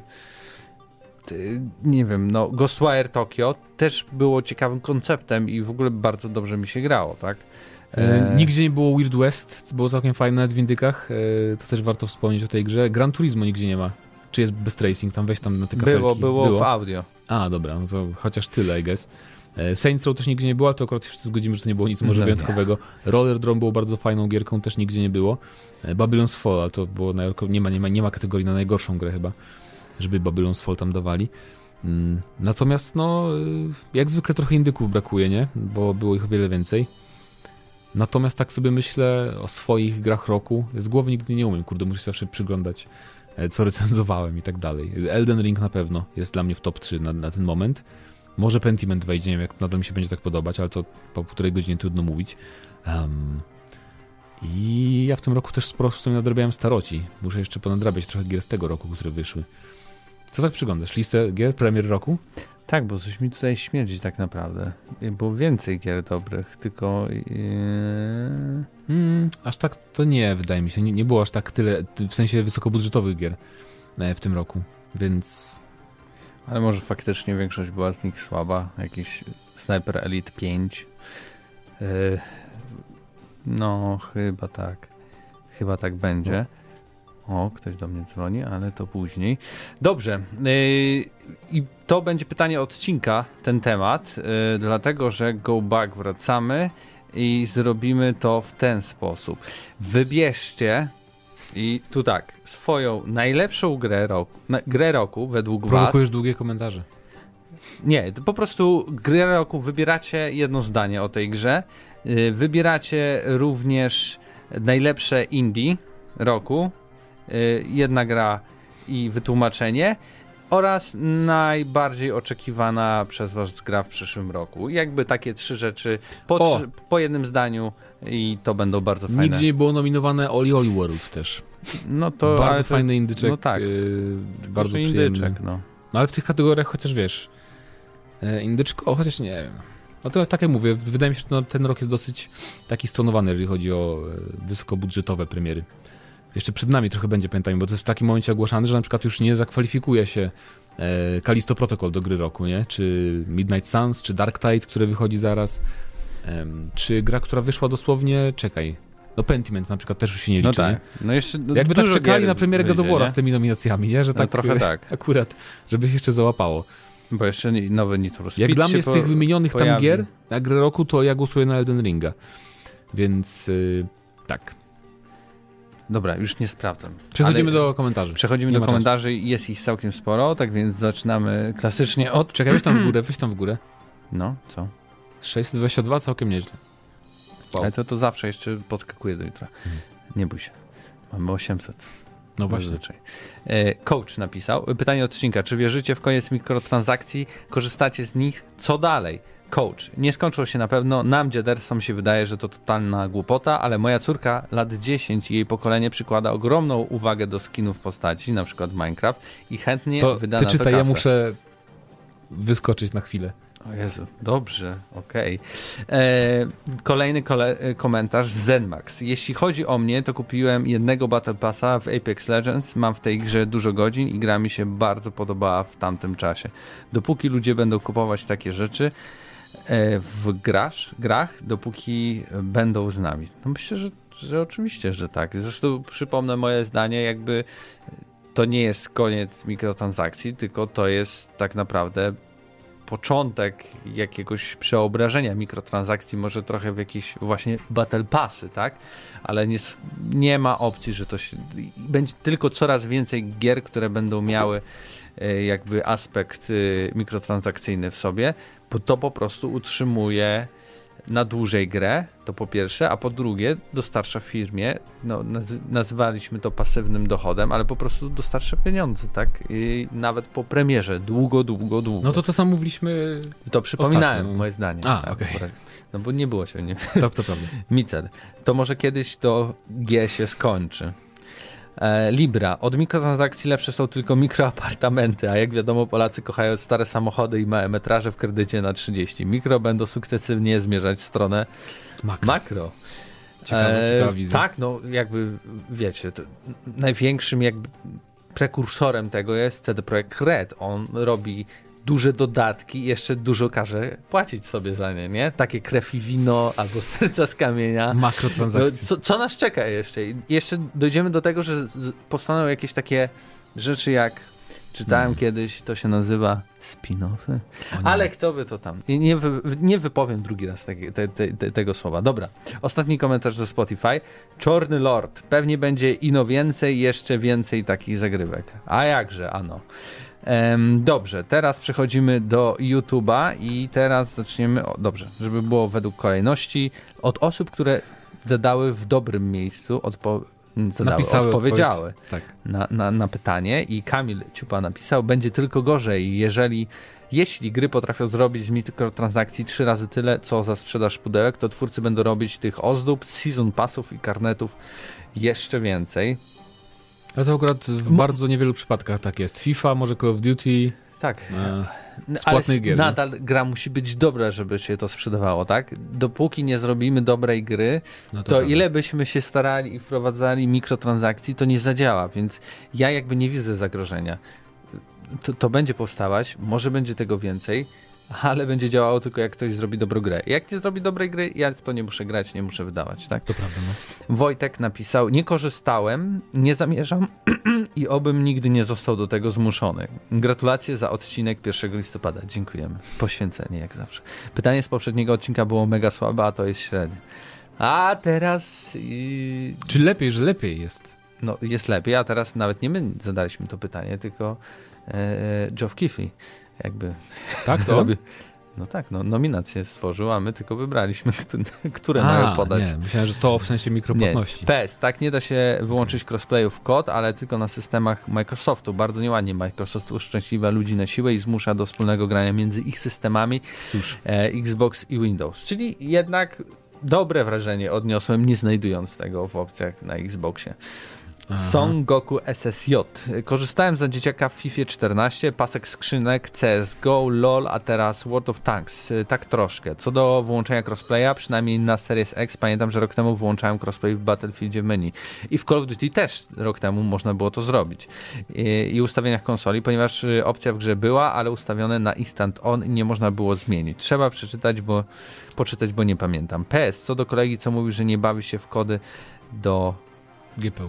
nie wiem, Ghostwire Tokyo też było ciekawym konceptem i w ogóle bardzo dobrze mi się grało, tak? Nigdzie nie było Weird West, było całkiem fajne nawet w indykach, to też warto wspomnieć o tej grze. Gran Turismo nigdzie nie ma. Czy jest Best Racing? Tam weź tam na te kafelki. Było w audio. A, dobra, no to chociaż tyle, I guess. Saints Row też nigdzie nie było, ale to akurat wszyscy zgodzimy, że to nie było nic może wyjątkowego. Roller Drome było bardzo fajną gierką, też nigdzie nie było. Babylon's Fall, ale to było nie ma kategorii na najgorszą grę chyba, żeby Babylon's Fall tam dawali. Natomiast jak zwykle trochę indyków brakuje, nie? Bo było ich o wiele więcej. Natomiast tak sobie myślę o swoich grach roku. Z głowy nigdy nie umiem, muszę zawsze przyglądać, co recenzowałem i tak dalej. Elden Ring na pewno jest dla mnie w top 3 na ten moment. Może Pentiment wejdzie, nie wiem, jak nadal mi się będzie tak podobać, ale to po półtorej godziny trudno mówić. I ja w tym roku też sporo w sumie nadrabiałem staroci. Muszę jeszcze ponadrabiać trochę gier z tego roku, które wyszły. Co tak przyglądasz? Listę gier premier roku? Tak, bo coś mi tutaj śmierdzi tak naprawdę. Było więcej gier dobrych, tylko... aż tak to nie, wydaje mi się. Nie było aż tak tyle, w sensie wysokobudżetowych gier w tym roku, więc... Ale może faktycznie większość była z nich słaba. Jakiś Sniper Elite 5. Chyba tak. Chyba tak będzie. O, ktoś do mnie dzwoni, ale to później. Dobrze. I to będzie pytanie odcinka, ten temat, dlatego, że Go Back wracamy i zrobimy to w ten sposób. Wybierzcie i tu tak, swoją najlepszą grę roku według was. Prowokujesz długie komentarze. Nie, to po prostu grę roku wybieracie jedno zdanie o tej grze. Wybieracie również najlepsze indie roku. Jedna gra i wytłumaczenie oraz najbardziej oczekiwana przez was gra w przyszłym roku. Jakby takie 3 rzeczy po jednym zdaniu i to będą bardzo fajne. Nigdzie nie było nominowane Oli World też. No to bardzo fajny indyczek. No tak. Bardzo indyczek, no ale w tych kategoriach chociaż wiesz indyczko, chociaż nie wiem. Natomiast tak jak mówię, wydaje mi się, że ten rok jest dosyć taki stonowany, jeżeli chodzi o wysokobudżetowe premiery. Jeszcze przed nami trochę będzie, pamiętajmy, bo to jest w takim momencie ogłaszane, że na przykład już nie zakwalifikuje się Callisto Protocol do gry roku, nie? Czy Midnight Suns, czy Dark Tide, które wychodzi zaraz, czy gra, która wyszła dosłownie, Pentiment na przykład też już się nie liczy. No tak. No jeszcze jakby tak czekali na premierę God of War z tymi nominacjami, nie? Że tak, trochę tak. Akurat, żeby się jeszcze załapało. Bo jeszcze nowy Need for Speed. Jak dla mnie z tych wymienionych tam gier, na grę roku, to ja głosuję na Elden Ringa. Więc tak. Dobra, już nie sprawdzam. Przechodzimy do komentarzy. Przechodzimy do komentarzy i jest ich całkiem sporo, tak więc zaczynamy klasycznie od... Czekaj, weź tam w górę. No, co? 622, całkiem nieźle. Wow. Ale to zawsze jeszcze podskakuje do jutra. Nie bój się. Mamy 800. No właśnie. Zazwyczaj. Coach napisał, pytanie odcinka, czy wierzycie w koniec mikrotransakcji? Korzystacie z nich? Co dalej? Coach, nie skończyło się na pewno, nam dziadersom się wydaje, że to totalna głupota, ale moja córka lat 10 i jej pokolenie przykłada ogromną uwagę do skinów postaci, na przykład Minecraft i chętnie wyda na to kasę. Ja muszę wyskoczyć na chwilę. O Jezu, dobrze, okej. Kolejny komentarz z Zenmax. Jeśli chodzi o mnie, to kupiłem jednego Battle Passa w Apex Legends. Mam w tej grze dużo godzin i gra mi się bardzo podobała w tamtym czasie. Dopóki ludzie będą kupować takie rzeczy w grach, dopóki będą z nami. No myślę, że oczywiście, że tak. Zresztą przypomnę moje zdanie, jakby to nie jest koniec mikrotransakcji, tylko to jest tak naprawdę początek jakiegoś przeobrażenia mikrotransakcji, może trochę w jakieś właśnie battle passy, tak? Ale nie ma opcji, że to się... Będzie tylko coraz więcej gier, które będą miały jakby aspekt mikrotransakcyjny w sobie, bo to po prostu utrzymuje na dłużej grę, to po pierwsze, a po drugie dostarcza firmie, no nazywaliśmy to pasywnym dochodem, ale po prostu dostarcza pieniądze, tak? I nawet po premierze, długo. No to samo mówiliśmy. To przypominałem moje zdanie. Tak, okej. No bo nie było się, nie? To prawda. Micel, to może kiedyś to G się skończy. Libra. Od mikrotransakcji lepsze są tylko mikroapartamenty, a jak wiadomo Polacy kochają stare samochody i małe metraże w kredycie na 30. Mikro będą sukcesywnie zmierzać w stronę makro. Ciekawa wizja. Tak, no jakby wiecie, największym jakby prekursorem tego jest CD Projekt Red. On robi duże dodatki i jeszcze dużo każe płacić sobie za nie, nie? Takie krew i wino albo serca z kamienia. Makrotransakcje. No, co nas czeka jeszcze? Jeszcze dojdziemy do tego, że powstaną jakieś takie rzeczy jak czytałem kiedyś, to się nazywa spin-offy. Ale kto by to tam? Nie wypowiem drugi raz tego słowa. Dobra. Ostatni komentarz ze Spotify. Czorny Lord. Pewnie będzie jeszcze więcej takich zagrywek. A jakże, ano. Dobrze, teraz przechodzimy do YouTube'a i teraz zaczniemy, dobrze, żeby było według kolejności, od osób, które zadały w dobrym miejscu, odpowiedziały na pytanie i Kamil Ciupa napisał, będzie tylko gorzej, jeśli gry potrafią zrobić z mikrotransakcji 3 razy tyle, co za sprzedaż pudełek, to twórcy będą robić tych ozdób, season passów i karnetów jeszcze więcej. A to akurat w bardzo niewielu przypadkach tak jest. FIFA, może Call of Duty. Tak. Z płatnych gier. Nadal gra musi być dobra, żeby się to sprzedawało, tak? Dopóki nie zrobimy dobrej gry, to ile byśmy się starali i wprowadzali mikrotransakcji, to nie zadziała, więc ja jakby nie widzę zagrożenia. To będzie powstawać, może będzie tego więcej, ale będzie działało tylko jak ktoś zrobi dobrą grę. Jak nie zrobi dobrej gry, ja w to nie muszę grać, nie muszę wydawać, tak? To prawda, no. Wojtek napisał, nie korzystałem, nie zamierzam i obym nigdy nie został do tego zmuszony. Gratulacje za odcinek 1 listopada. Dziękujemy. Poświęcenie jak zawsze. Pytanie z poprzedniego odcinka było mega słabe, a to jest średnie. A teraz... Czy lepiej, że lepiej jest? No jest lepiej, a teraz nawet nie my zadaliśmy to pytanie, tylko Geoff Keighley. Jakby tak to? No tak, nominację stworzył, a my tylko wybraliśmy, które mają podać. Nie, myślałem, że to w sensie mikropłatności. Nie, PS, tak, nie da się wyłączyć crossplayu w kod, ale tylko na systemach Microsoftu. Bardzo nieładnie Microsoft uszczęśliwia ludzi na siłę i zmusza do wspólnego grania między ich systemami Xbox i Windows. Czyli jednak dobre wrażenie odniosłem, nie znajdując tego w opcjach na Xboxie. Son Goku SSJ. Korzystałem za dzieciaka w FIFA 14, pasek skrzynek, CSGO, LOL, a teraz World of Tanks. Tak troszkę. Co do włączenia crossplaya, przynajmniej na Series X, pamiętam, że rok temu włączałem crossplay w Battlefieldzie w menu. I w Call of Duty też rok temu można było to zrobić. I ustawieniach konsoli, ponieważ opcja w grze była, ale ustawione na instant on i nie można było zmienić. Trzeba poczytać, bo nie pamiętam. PS, co do kolegi, co mówił, że nie bawi się w kody do GPU.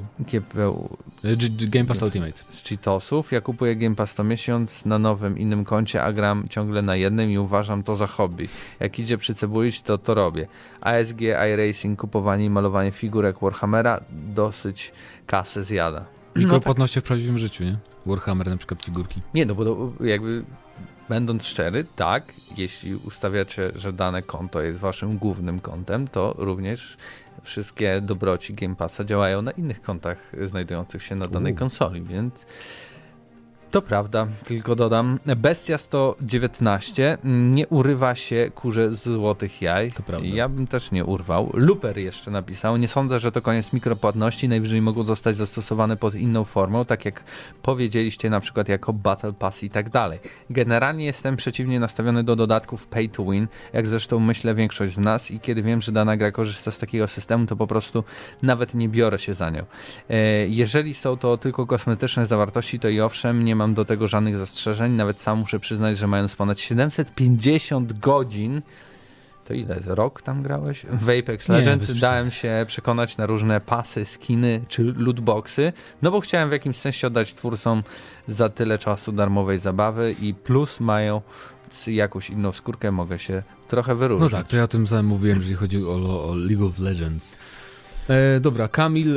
Game Pass Ultimate. Z Cheetosów. Ja kupuję Game Pass co miesiąc na nowym, innym koncie, a gram ciągle na jednym i uważam to za hobby. Jak idzie przycebulić, to robię. ASG, iRacing, kupowanie i malowanie figurek Warhammera dosyć kasę zjada. Mikropłatności w prawdziwym życiu, nie? Warhammer na przykład figurki. Nie, no bo to jakby będąc szczery, tak, jeśli ustawiacie, że dane konto jest waszym głównym kontem, to również wszystkie dobroci Game Passa działają na innych kontach znajdujących się na danej konsoli, więc to prawda, tylko dodam, Bestia 119 nie urywa się kurze z złotych jaj. To prawda. Ja bym też nie urwał. Luper jeszcze napisał, nie sądzę, że to koniec mikropłatności, najwyżej mogą zostać zastosowane pod inną formą, tak jak powiedzieliście, na przykład jako Battle Pass i tak dalej. Generalnie jestem przeciwnie nastawiony do dodatków pay to win, jak zresztą myślę większość z nas, i kiedy wiem, że dana gra korzysta z takiego systemu, to po prostu nawet nie biorę się za nią. Jeżeli są to tylko kosmetyczne zawartości, to i owszem, nie mam do tego żadnych zastrzeżeń. Nawet sam muszę przyznać, że mając ponad 750 godzin, to ile? Rok tam grałeś? W Apex Legends dałem się przekonać na różne pasy, skiny czy lootboxy, no bo chciałem w jakimś sensie oddać twórcom za tyle czasu darmowej zabawy i plus mają jakąś inną skórkę, mogę się trochę wyróżnić. No tak, to ja o tym samym mówiłem, jeżeli chodzi o League of Legends. Dobra, Kamil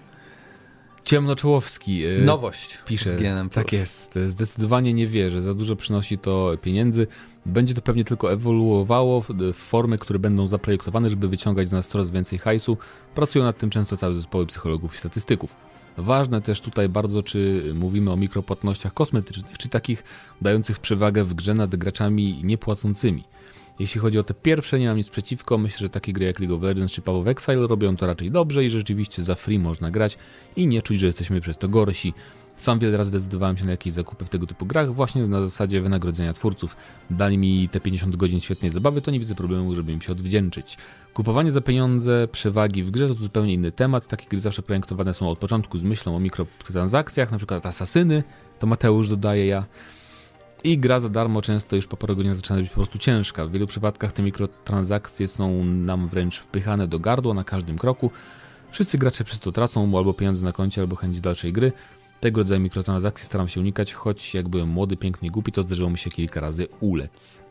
Ciemnoczołowski nowość pisze, tak jest, zdecydowanie nie wierzę, za dużo przynosi to pieniędzy, będzie to pewnie tylko ewoluowało w formy, które będą zaprojektowane, żeby wyciągać z nas coraz więcej hajsu, pracują nad tym często całe zespoły psychologów i statystyków. Ważne też tutaj bardzo, czy mówimy o mikropłatnościach kosmetycznych, czy takich dających przewagę w grze nad graczami niepłacącymi. Jeśli chodzi o te pierwsze, nie mam nic przeciwko. Myślę, że takie gry jak League of Legends czy Path of Exile robią to raczej dobrze i rzeczywiście za free można grać i nie czuć, że jesteśmy przez to gorsi. Sam wiele razy decydowałem się na jakieś zakupy w tego typu grach właśnie na zasadzie wynagrodzenia twórców. Dali mi te 50 godzin świetnej zabawy, to nie widzę problemu, żeby im się odwdzięczyć. Kupowanie za pieniądze, przewagi w grze to zupełnie inny temat. Takie gry zawsze projektowane są od początku z myślą o mikrotransakcjach, na przykład Asasyny, to Mateusz dodaje ja. I gra za darmo często już po paru godzinach zaczyna być po prostu ciężka. W wielu przypadkach te mikrotransakcje są nam wręcz wpychane do gardła na każdym kroku. Wszyscy gracze przez to tracą albo pieniądze na koncie, albo chęć dalszej gry. Tego rodzaju mikrotransakcji staram się unikać, choć jak byłem młody, piękny i głupi, to zdarzyło mi się kilka razy ulec.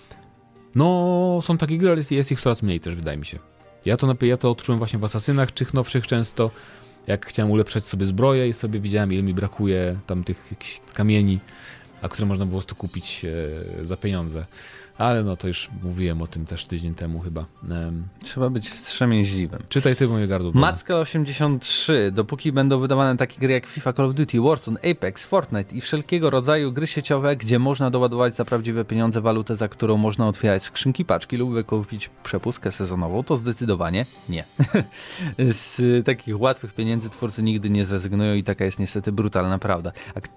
No, są takie gry, ale jest ich coraz mniej też, wydaje mi się. Ja to odczułem właśnie w Asasynach, tych nowszych często, jak chciałem ulepszać sobie zbroję i sobie widziałem, ile mi brakuje tam tych jakichś kamieni, a które można było po prostu kupić za pieniądze. Ale no to już mówiłem o tym też tydzień temu chyba. Trzeba być wstrzemięźliwym. Czytaj ty moje gardło. Macka 83. Dopóki będą wydawane takie gry jak FIFA, Call of Duty, Warzone, Apex, Fortnite i wszelkiego rodzaju gry sieciowe, gdzie można doładować za prawdziwe pieniądze walutę, za którą można otwierać skrzynki, paczki lub wykupić przepustkę sezonową, to zdecydowanie nie. Z takich łatwych pieniędzy twórcy nigdy nie zrezygnują i taka jest niestety brutalna prawda.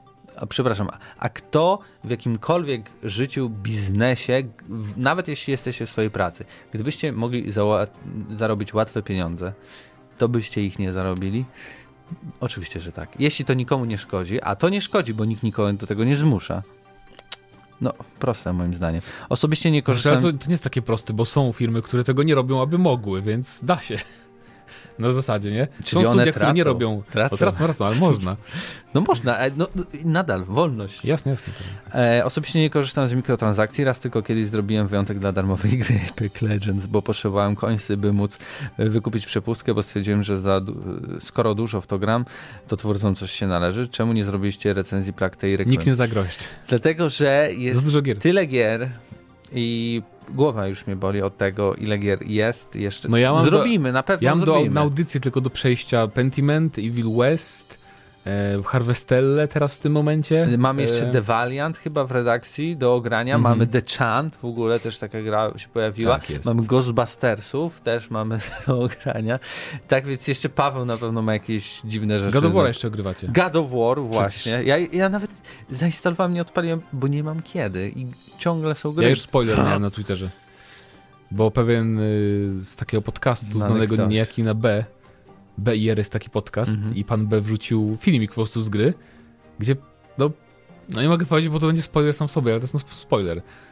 A kto w jakimkolwiek życiu, biznesie, nawet jeśli jesteście w swojej pracy, gdybyście mogli zarobić łatwe pieniądze, to byście ich nie zarobili? Oczywiście, że tak. Jeśli to nikomu nie szkodzi, a to nie szkodzi, bo nikt nikogo do tego nie zmusza. No, proste moim zdaniem. Osobiście nie korzystam... Ale to nie jest takie proste, bo są firmy, które tego nie robią, aby mogły, więc da się. Na zasadzie, nie? Czyli są studia, które nie robią. Tracą, ale można. No można, nadal, wolność. Jasne. Osobiście nie korzystam z mikrotransakcji, raz tylko kiedyś zrobiłem wyjątek dla darmowej gry Apex Legends, bo potrzebowałem końcy, by móc wykupić przepustkę, bo stwierdziłem, że skoro dużo w to gram, to twórcom coś się należy. Czemu nie zrobiliście recenzji Plague i Requiem? Nikt nie zagroźć. Dlatego, że jest za dużo gier. Tyle gier i głowa już mnie boli od tego, ile gier jest jeszcze. No ja zrobimy, na pewno zrobimy. Ja mam na audycję tylko do przejścia Pentiment, Evil West, Harvestelle teraz w tym momencie. Mamy jeszcze The Valiant chyba w redakcji do ogrania. Mamy The Chant, w ogóle też taka gra się pojawiła. Tak jest. Mamy Ghostbustersów, też mamy do ogrania. Tak więc jeszcze Paweł na pewno ma jakieś dziwne rzeczy. God of War jeszcze ogrywacie. God of War, właśnie. Ja nawet zainstalowałem, nie odpaliłem, bo nie mam kiedy i ciągle są gry. Ja już spoiler miałem na Twitterze. Bo pewien z takiego podcastu znanego niejaki na BIR jest taki podcast i pan B wrzucił filmik po prostu z gry, gdzie, no nie mogę powiedzieć, bo to będzie spoiler sam w sobie, ale to jest spoiler.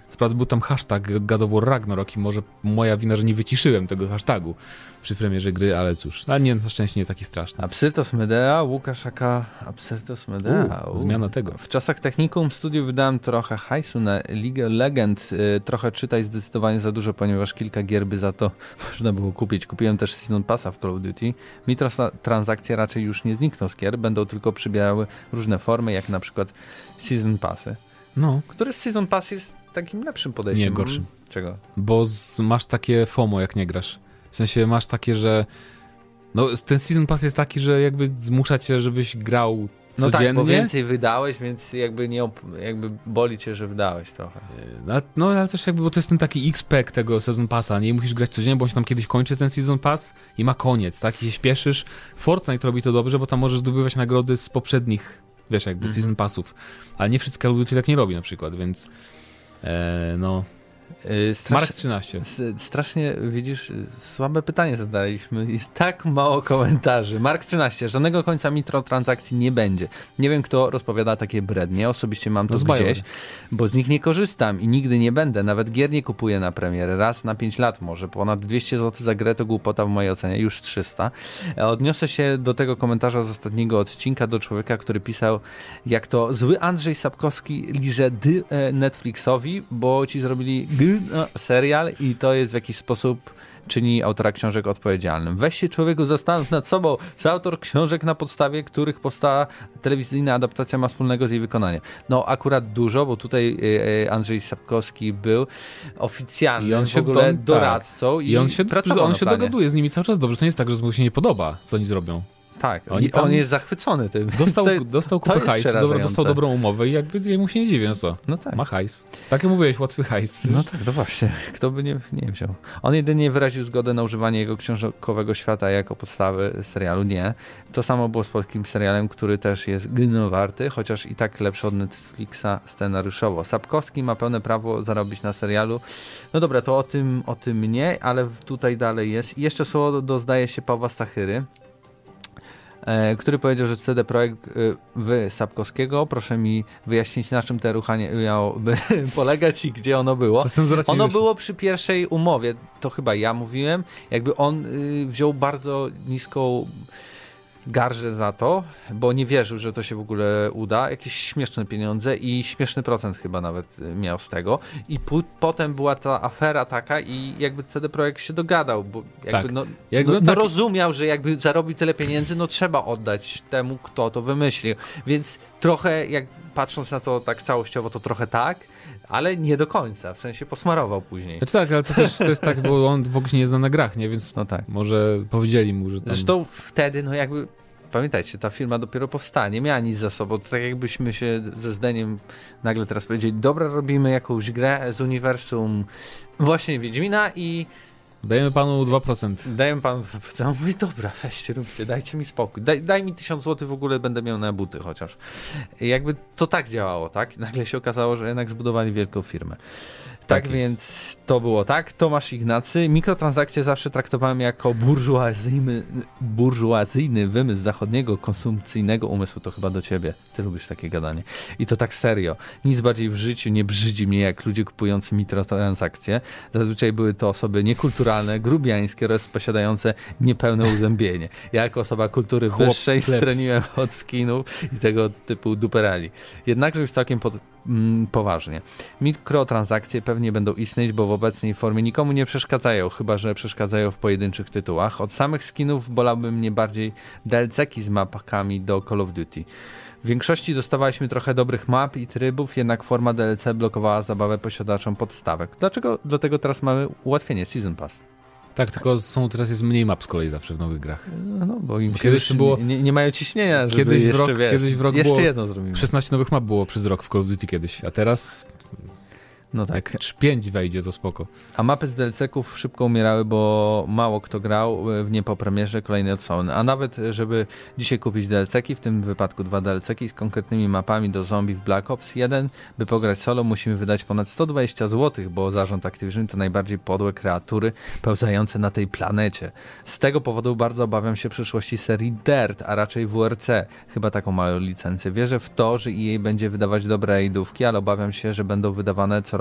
Co prawda był tam hashtag God of War Ragnarok i może moja wina, że nie wyciszyłem tego hashtagu przy premierze gry, ale cóż, nie, na szczęście nie taki straszny. Absyrtos Medea, Łukaszaka, Absyrtos Medea. Zmiana tego. W czasach Technikum Studiów wydałem trochę hajsu na League of Legends. Trochę czytaj zdecydowanie za dużo, ponieważ kilka gier by za to można było kupić. Kupiłem też Season Passa w Call of Duty. Mikrotransakcje raczej już nie znikną z gier, będą tylko przybierały różne formy, jak na przykład Season Passy. No. Który z Season Pass jest takim lepszym podejściem? Nie, gorszym. Czego? Bo masz takie FOMO, jak nie grasz. W sensie masz takie, że ten Season Pass jest taki, że jakby zmusza cię, żebyś grał codziennie. No tak, bo więcej wydałeś, więc jakby boli cię, że wydałeś trochę. No ale też jakby, bo to jest ten taki XP tego Season Passa, nie musisz grać codziennie, bo on się tam kiedyś kończy ten Season Pass i ma koniec, tak? I się śpieszysz. Fortnite robi to dobrze, bo tam możesz zdobywać nagrody z poprzednich, wiesz, jakby Season Passów. Ale nie wszystkie Call of Duty tak nie robi na przykład, więc Mark 13. Strasznie, widzisz, słabe pytanie zadaliśmy. Jest tak mało komentarzy. Mark 13. Żadnego końca mikrotransakcji nie będzie. Nie wiem, kto rozpowiada takie brednie. Osobiście mam to gdzieś, bo z nich nie korzystam i nigdy nie będę. Nawet gier nie kupuję na premierę. Raz na 5 lat może. Ponad 200 zł za grę to głupota w mojej ocenie. Już 300. Odniosę się do tego komentarza z ostatniego odcinka do człowieka, który pisał, jak to zły Andrzej Sapkowski liże Netflixowi, bo ci zrobili serial i to jest w jakiś sposób czyni autora książek odpowiedzialnym. Weź się, człowieku, zastanów nad sobą, co autor książek, na podstawie których powstała telewizyjna adaptacja, ma wspólnego z jej wykonaniem. No akurat dużo, bo tutaj Andrzej Sapkowski był oficjalnym w ogóle doradcą i on się dogaduje z nimi cały czas dobrze. To nie jest tak, że mu się nie podoba, co oni zrobią. Tak, on jest zachwycony tym. Dostał kupę hajsu, dostał dobrą umowę i jakby jemu się nie dziwię, co? No tak. Ma hajs. Tak jak mówiłeś, łatwy hajs. No tak, to właśnie. Kto by nie wziął. On jedynie wyraził zgodę na używanie jego książkowego świata jako podstawy serialu. Nie. To samo było z polskim serialem, który też jest warty, chociaż i tak lepszy od Netflixa scenariuszowo. Sapkowski ma pełne prawo zarobić na serialu. No dobra, to o tym nie, ale tutaj dalej jest. I jeszcze słowo zdaje się Pawła Stachyry, który powiedział, że CD Projekt Sapkowskiego, proszę mi wyjaśnić, na czym te ruchanie miałoby polegać i gdzie ono było. Ono było przy pierwszej umowie, to chyba ja mówiłem, jakby on wziął bardzo niską garżę za to, bo nie wierzył, że to się w ogóle uda. Jakieś śmieszne pieniądze i śmieszny procent chyba nawet miał z tego. I potem była ta afera taka i jakby CD Projekt się dogadał, bo jakby rozumiał, że jakby zarobił tyle pieniędzy, no trzeba oddać temu, kto to wymyślił. Więc trochę, jak patrząc na to tak całościowo, to trochę tak, ale nie do końca, w sensie posmarował później. Znaczy tak, ale to jest tak, bo on w ogóle nie zna na grach, nie? Więc no tak. Może powiedzieli mu, że tam... Zresztą wtedy, no jakby, pamiętajcie, ta firma dopiero powstała, nie miała nic za sobą. To tak jakbyśmy się ze Zdeniem nagle teraz powiedzieli, dobra, robimy jakąś grę z uniwersum właśnie Wiedźmina i dajemy panu 2%. Dajemy panu 2%. On mówi, dobra, weźcie, róbcie, dajcie mi spokój. Daj mi 1000 zł, w ogóle będę miał na buty chociaż. I jakby to tak działało, tak? Nagle się okazało, że jednak zbudowali wielką firmę. Tak więc to było tak. Tomasz Ignacy. Mikrotransakcje zawsze traktowałem jako burżuazyjny wymysł zachodniego, konsumpcyjnego umysłu. To chyba do ciebie. Ty lubisz takie gadanie. I to tak serio. Nic bardziej w życiu nie brzydzi mnie jak ludzie kupujący mikrotransakcje. Zazwyczaj były to osoby niekulturalne, grubiańskie oraz posiadające niepełne uzębienie. Ja jako osoba kultury wyższej stroniłem od skinów i tego typu duperali. Jednakże już całkiem poważnie. Mikrotransakcje pewnie będą istnieć, bo w obecnej formie nikomu nie przeszkadzają, chyba że przeszkadzają w pojedynczych tytułach. Od samych skinów bolałby mnie bardziej DLC-ki z mapkami do Call of Duty. W większości dostawaliśmy trochę dobrych map i trybów, jednak forma DLC blokowała zabawę posiadaczom podstawek. Dlaczego? Dlatego teraz mamy ułatwienie Season Pass. Tak, tylko teraz jest mniej map z kolei zawsze w nowych grach. No, bo im kiedyś to było, nie mają ciśnienia, żeby kiedyś w rok jeszcze było jedno zrobimy. 16 nowych map było przez rok w Call of Duty kiedyś, a teraz no tak. Jak 5 wejdzie, to spoko. A mapy z DLC-ków szybko umierały, bo mało kto grał w nie po premierze kolejnej odsłony. A nawet, żeby dzisiaj kupić DLC-ki, w tym wypadku 2 DLC-ki z konkretnymi mapami do zombie w Black Ops 1, by pograć solo, musimy wydać ponad 120 zł, bo zarząd Activision to najbardziej podłe kreatury pełzające na tej planecie. Z tego powodu bardzo obawiam się przyszłości serii Dirt, a raczej WRC. Chyba taką mają licencję. Wierzę w to, że EA będzie wydawać dobre rajdówki, ale obawiam się, że będą wydawane co roku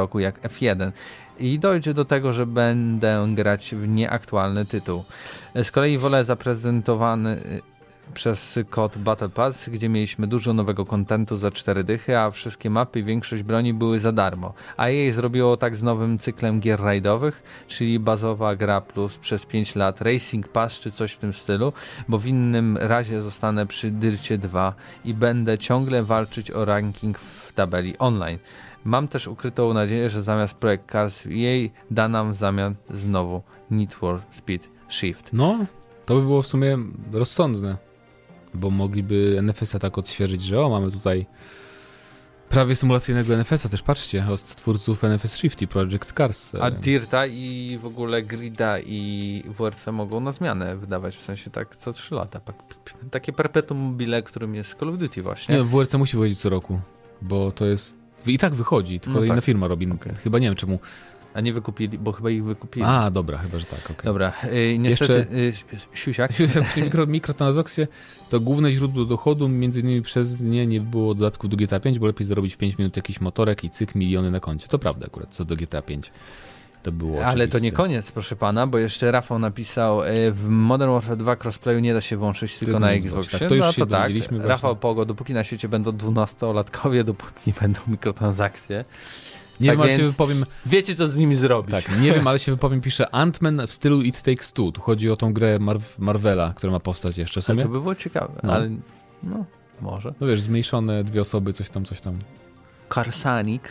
roku jak F1 i dojdzie do tego, że będę grać w nieaktualny tytuł. Z kolei wolę zaprezentowany przez kod Battle Pass, gdzie mieliśmy dużo nowego kontentu za 4 dychy, a wszystkie mapy i większość broni były za darmo. A EA zrobiło tak z nowym cyklem gier rajdowych, czyli bazowa gra plus przez 5 lat, Racing Pass czy coś w tym stylu, bo w innym razie zostanę przy Dircie 2 i będę ciągle walczyć o ranking w tabeli online. Mam też ukrytą nadzieję, że zamiast Project Cars EA da nam w zamian znowu Need for Speed Shift. No, to by było w sumie rozsądne, bo mogliby NFS-a tak odświeżyć, że mamy tutaj prawie symulacyjnego NFS-a, też patrzcie, od twórców NFS Shift i Project Cars. A Dirta i w ogóle Grida i WRC mogą na zmianę wydawać, w sensie tak co 3 lata. Takie perpetuum mobile, którym jest Call of Duty właśnie. Nie, WRC musi wychodzić co roku, bo to jest... I tak wychodzi, tylko inna firma robi. Okay. Chyba nie wiem czemu. A nie wykupili, bo chyba ich wykupili. A, dobra, chyba, że tak. Okay. Dobra, niestety siusiak. Mikrotransakcje to główne źródło dochodu, między innymi przez nie było dodatków do GTA 5, bo lepiej zarobić 5 minut jakiś motorek i cyk, miliony na koncie. To prawda akurat, co do GTA 5. To było ale oczywiste. to nie koniec, proszę pana, bo jeszcze Rafał napisał, w Modern Warfare 2 crossplayu nie da się włączyć tylko na Xboxie. Tak, to już no się to tak, Rafał Pogo, dopóki na świecie będą 12-latkowie, dopóki będą mikrotransakcje. Nie tak wiem, ale się wypowiem... Wiecie, co z nimi zrobić. Tak, nie wiem, ale się wypowiem, pisze Ant-Man w stylu It Takes Two. Tu chodzi o tą grę Marvela, która ma powstać jeszcze w sumie. Ale to by było ciekawe, ale no, może. No wiesz, zmniejszone 2 osoby, coś tam. Karsanik.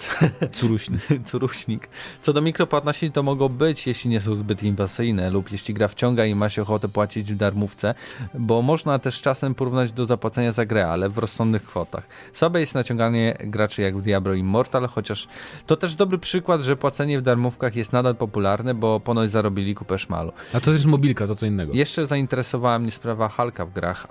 Curuśnik. Co do mikropłatności, to mogą być, jeśli nie są zbyt inwazyjne lub jeśli gra wciąga i ma się ochotę płacić w darmówce, bo można też czasem porównać do zapłacenia za grę, ale w rozsądnych kwotach. Słabe jest naciąganie graczy jak w Diablo Immortal, chociaż to też dobry przykład, że płacenie w darmówkach jest nadal popularne, bo ponoć zarobili kupę szmalu. A to też mobilka, to co innego. Jeszcze zainteresowała mnie sprawa Hulka w grach.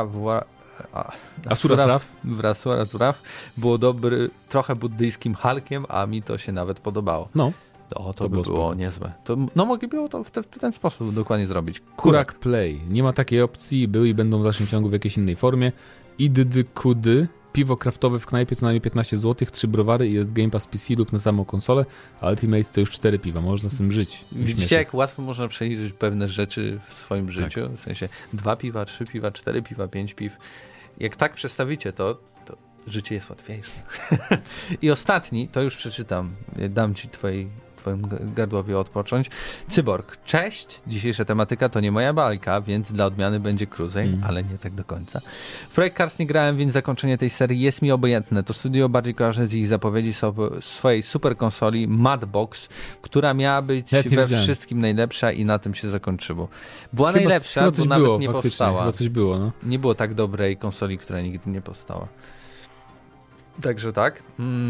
Asura było dobry, trochę buddyjskim Hulkiem, a mi to się nawet podobało. No. To by było niezłe. Mogliby to w ten sposób dokładnie zrobić. Kurak Play. Nie ma takiej opcji, były i będą w dalszym ciągu w jakiejś innej formie. Kudy. Piwo kraftowe w knajpie co najmniej 15 zł, 3 browary i jest Game Pass PC lub na samą konsolę. Ultimate to już 4 piwa, można z tym żyć. Widzicie, jak łatwo można przejrzeć pewne rzeczy w swoim życiu? W sensie 2 piwa, 3 piwa, 4 piwa, 5 piw. Jak tak przedstawicie to życie jest łatwiejsze. I ostatni, to już przeczytam, dam ci twojemu gardłowi odpocząć. Cyborg, cześć! Dzisiejsza tematyka to nie moja bajka, więc dla odmiany będzie krócej, ale nie tak do końca. W Project Cars nie grałem, więc zakończenie tej serii jest mi obojętne. To studio bardziej kojarzę z ich zapowiedzi swojej super konsoli Madbox, która miała być wszystkim najlepsza i na tym się zakończyło. Była najlepsza, bo nawet nie powstała. Chyba coś było, no. Nie było tak dobrej konsoli, która nigdy nie powstała. Także tak.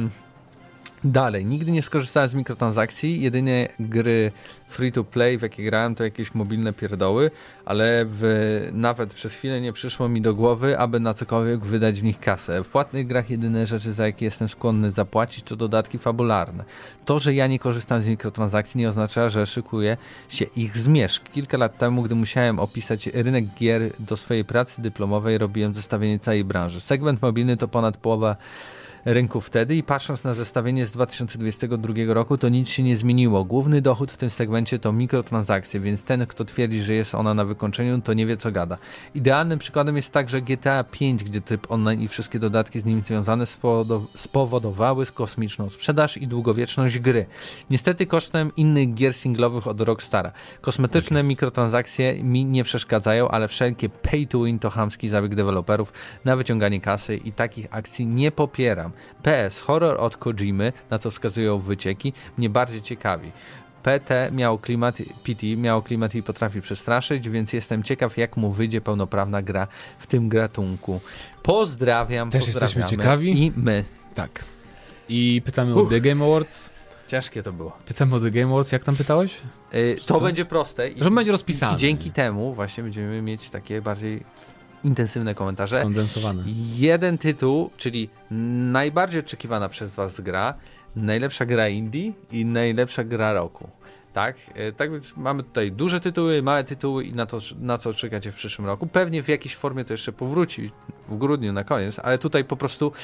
Dalej, nigdy nie skorzystałem z mikrotransakcji, jedynie gry free-to-play, w jakie grałem, to jakieś mobilne pierdoły, ale nawet przez chwilę nie przyszło mi do głowy, aby na cokolwiek wydać w nich kasę. W płatnych grach jedyne rzeczy, za jakie jestem skłonny zapłacić, to dodatki fabularne. To, że ja nie korzystam z mikrotransakcji, nie oznacza, że szykuje się ich zmierzch. Kilka lat temu, gdy musiałem opisać rynek gier do swojej pracy dyplomowej, robiłem zestawienie całej branży. Segment mobilny to ponad połowa rynku wtedy i patrząc na zestawienie z 2022 roku, to nic się nie zmieniło. Główny dochód w tym segmencie to mikrotransakcje, więc ten, kto twierdzi, że jest ona na wykończeniu, to nie wie, co gada. Idealnym przykładem jest także GTA 5, gdzie tryb online i wszystkie dodatki z nim związane spowodowały kosmiczną sprzedaż i długowieczność gry. Niestety kosztem innych gier singlowych od Rockstara. Kosmetyczne mikrotransakcje mi nie przeszkadzają, ale wszelkie pay to win to chamski zabieg deweloperów na wyciąganie kasy i takich akcji nie popieram. PS, horror od Kojimy, na co wskazują wycieki, mnie bardziej ciekawi. PT miało klimat i potrafi przestraszyć, więc jestem ciekaw, jak mu wyjdzie pełnoprawna gra w tym gatunku. Pozdrawiam. Też jesteśmy ciekawi. I my. Tak. I pytamy o The Game Awards. Ciężkie to było. Pytamy o The Game Awards. Jak tam pytałeś? To będzie proste. Że będzie rozpisane. I dzięki temu właśnie będziemy mieć takie bardziej intensywne komentarze. Skondensowane. Jeden tytuł, czyli najbardziej oczekiwana przez was gra, najlepsza gra indie i najlepsza gra roku. Tak więc mamy tutaj duże tytuły, małe tytuły i na co czekacie w przyszłym roku. Pewnie w jakiejś formie to jeszcze powróci w grudniu na koniec, ale tutaj po prostu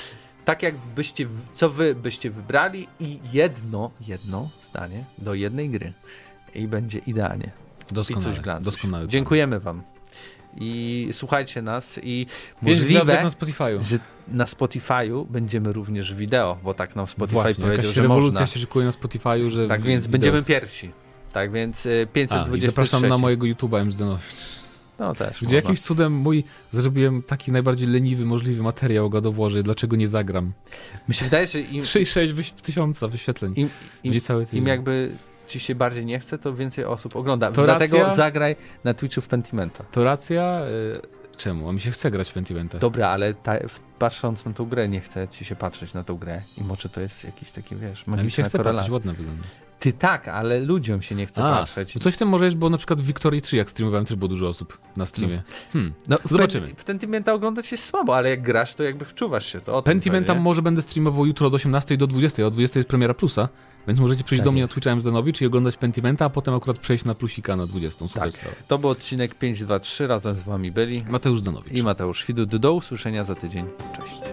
tak jakbyście, co wy byście wybrali i jedno zdanie do jednej gry i będzie idealnie. Doskonale. Dziękujemy wam. I słuchajcie nas i możliwe, na Spotify'u. że na Spotify'u będziemy również wideo, bo tak nam Spotify Właśnie, powiedział, że rewolucja się szykuje na Spotify'u, że tak więc będziemy pierwsi. Tak więc 523. Zapraszam na mojego YouTube'a MZDenowicz. No też. Gdzie jakimś cudem zrobiłem taki najbardziej leniwy możliwy materiał o God of Warze, dlaczego nie zagram. Mi się wydaje, że im 3,6 tysiąca wyświetleń. Im jakby ci się bardziej nie chce, to więcej osób ogląda. Dlatego zagraj na Twitchu w Pentimenta. To racja. Czemu? A mi się chce grać w Pentimenta. Dobra, ale patrząc na tą grę, nie chce ci się patrzeć na tą grę i może to jest jakiś taki, magiczna mi się chce patrzeć, ładne wygląda. Ty tak, ale ludziom się nie chce patrzeć. No coś w tym może jest, bo na przykład w Victory 3, jak streamowałem, też było dużo osób na streamie. Zobaczymy. W Pentimenta oglądać jest słabo, ale jak grasz, to jakby wczuwasz się. To Pentimenta może będę streamował jutro od 18 do 20. O 20 jest premiera Plusa, więc możecie przyjść do mnie na Twitcha MZDenowicz i oglądać Pentimenta, a potem akurat przejść na Plusika na 20. Super sprawa. To był odcinek 523, razem z wami byli Mateusz Zdanowicz i Mateusz Widut. Do usłyszenia za tydzień. Cześć.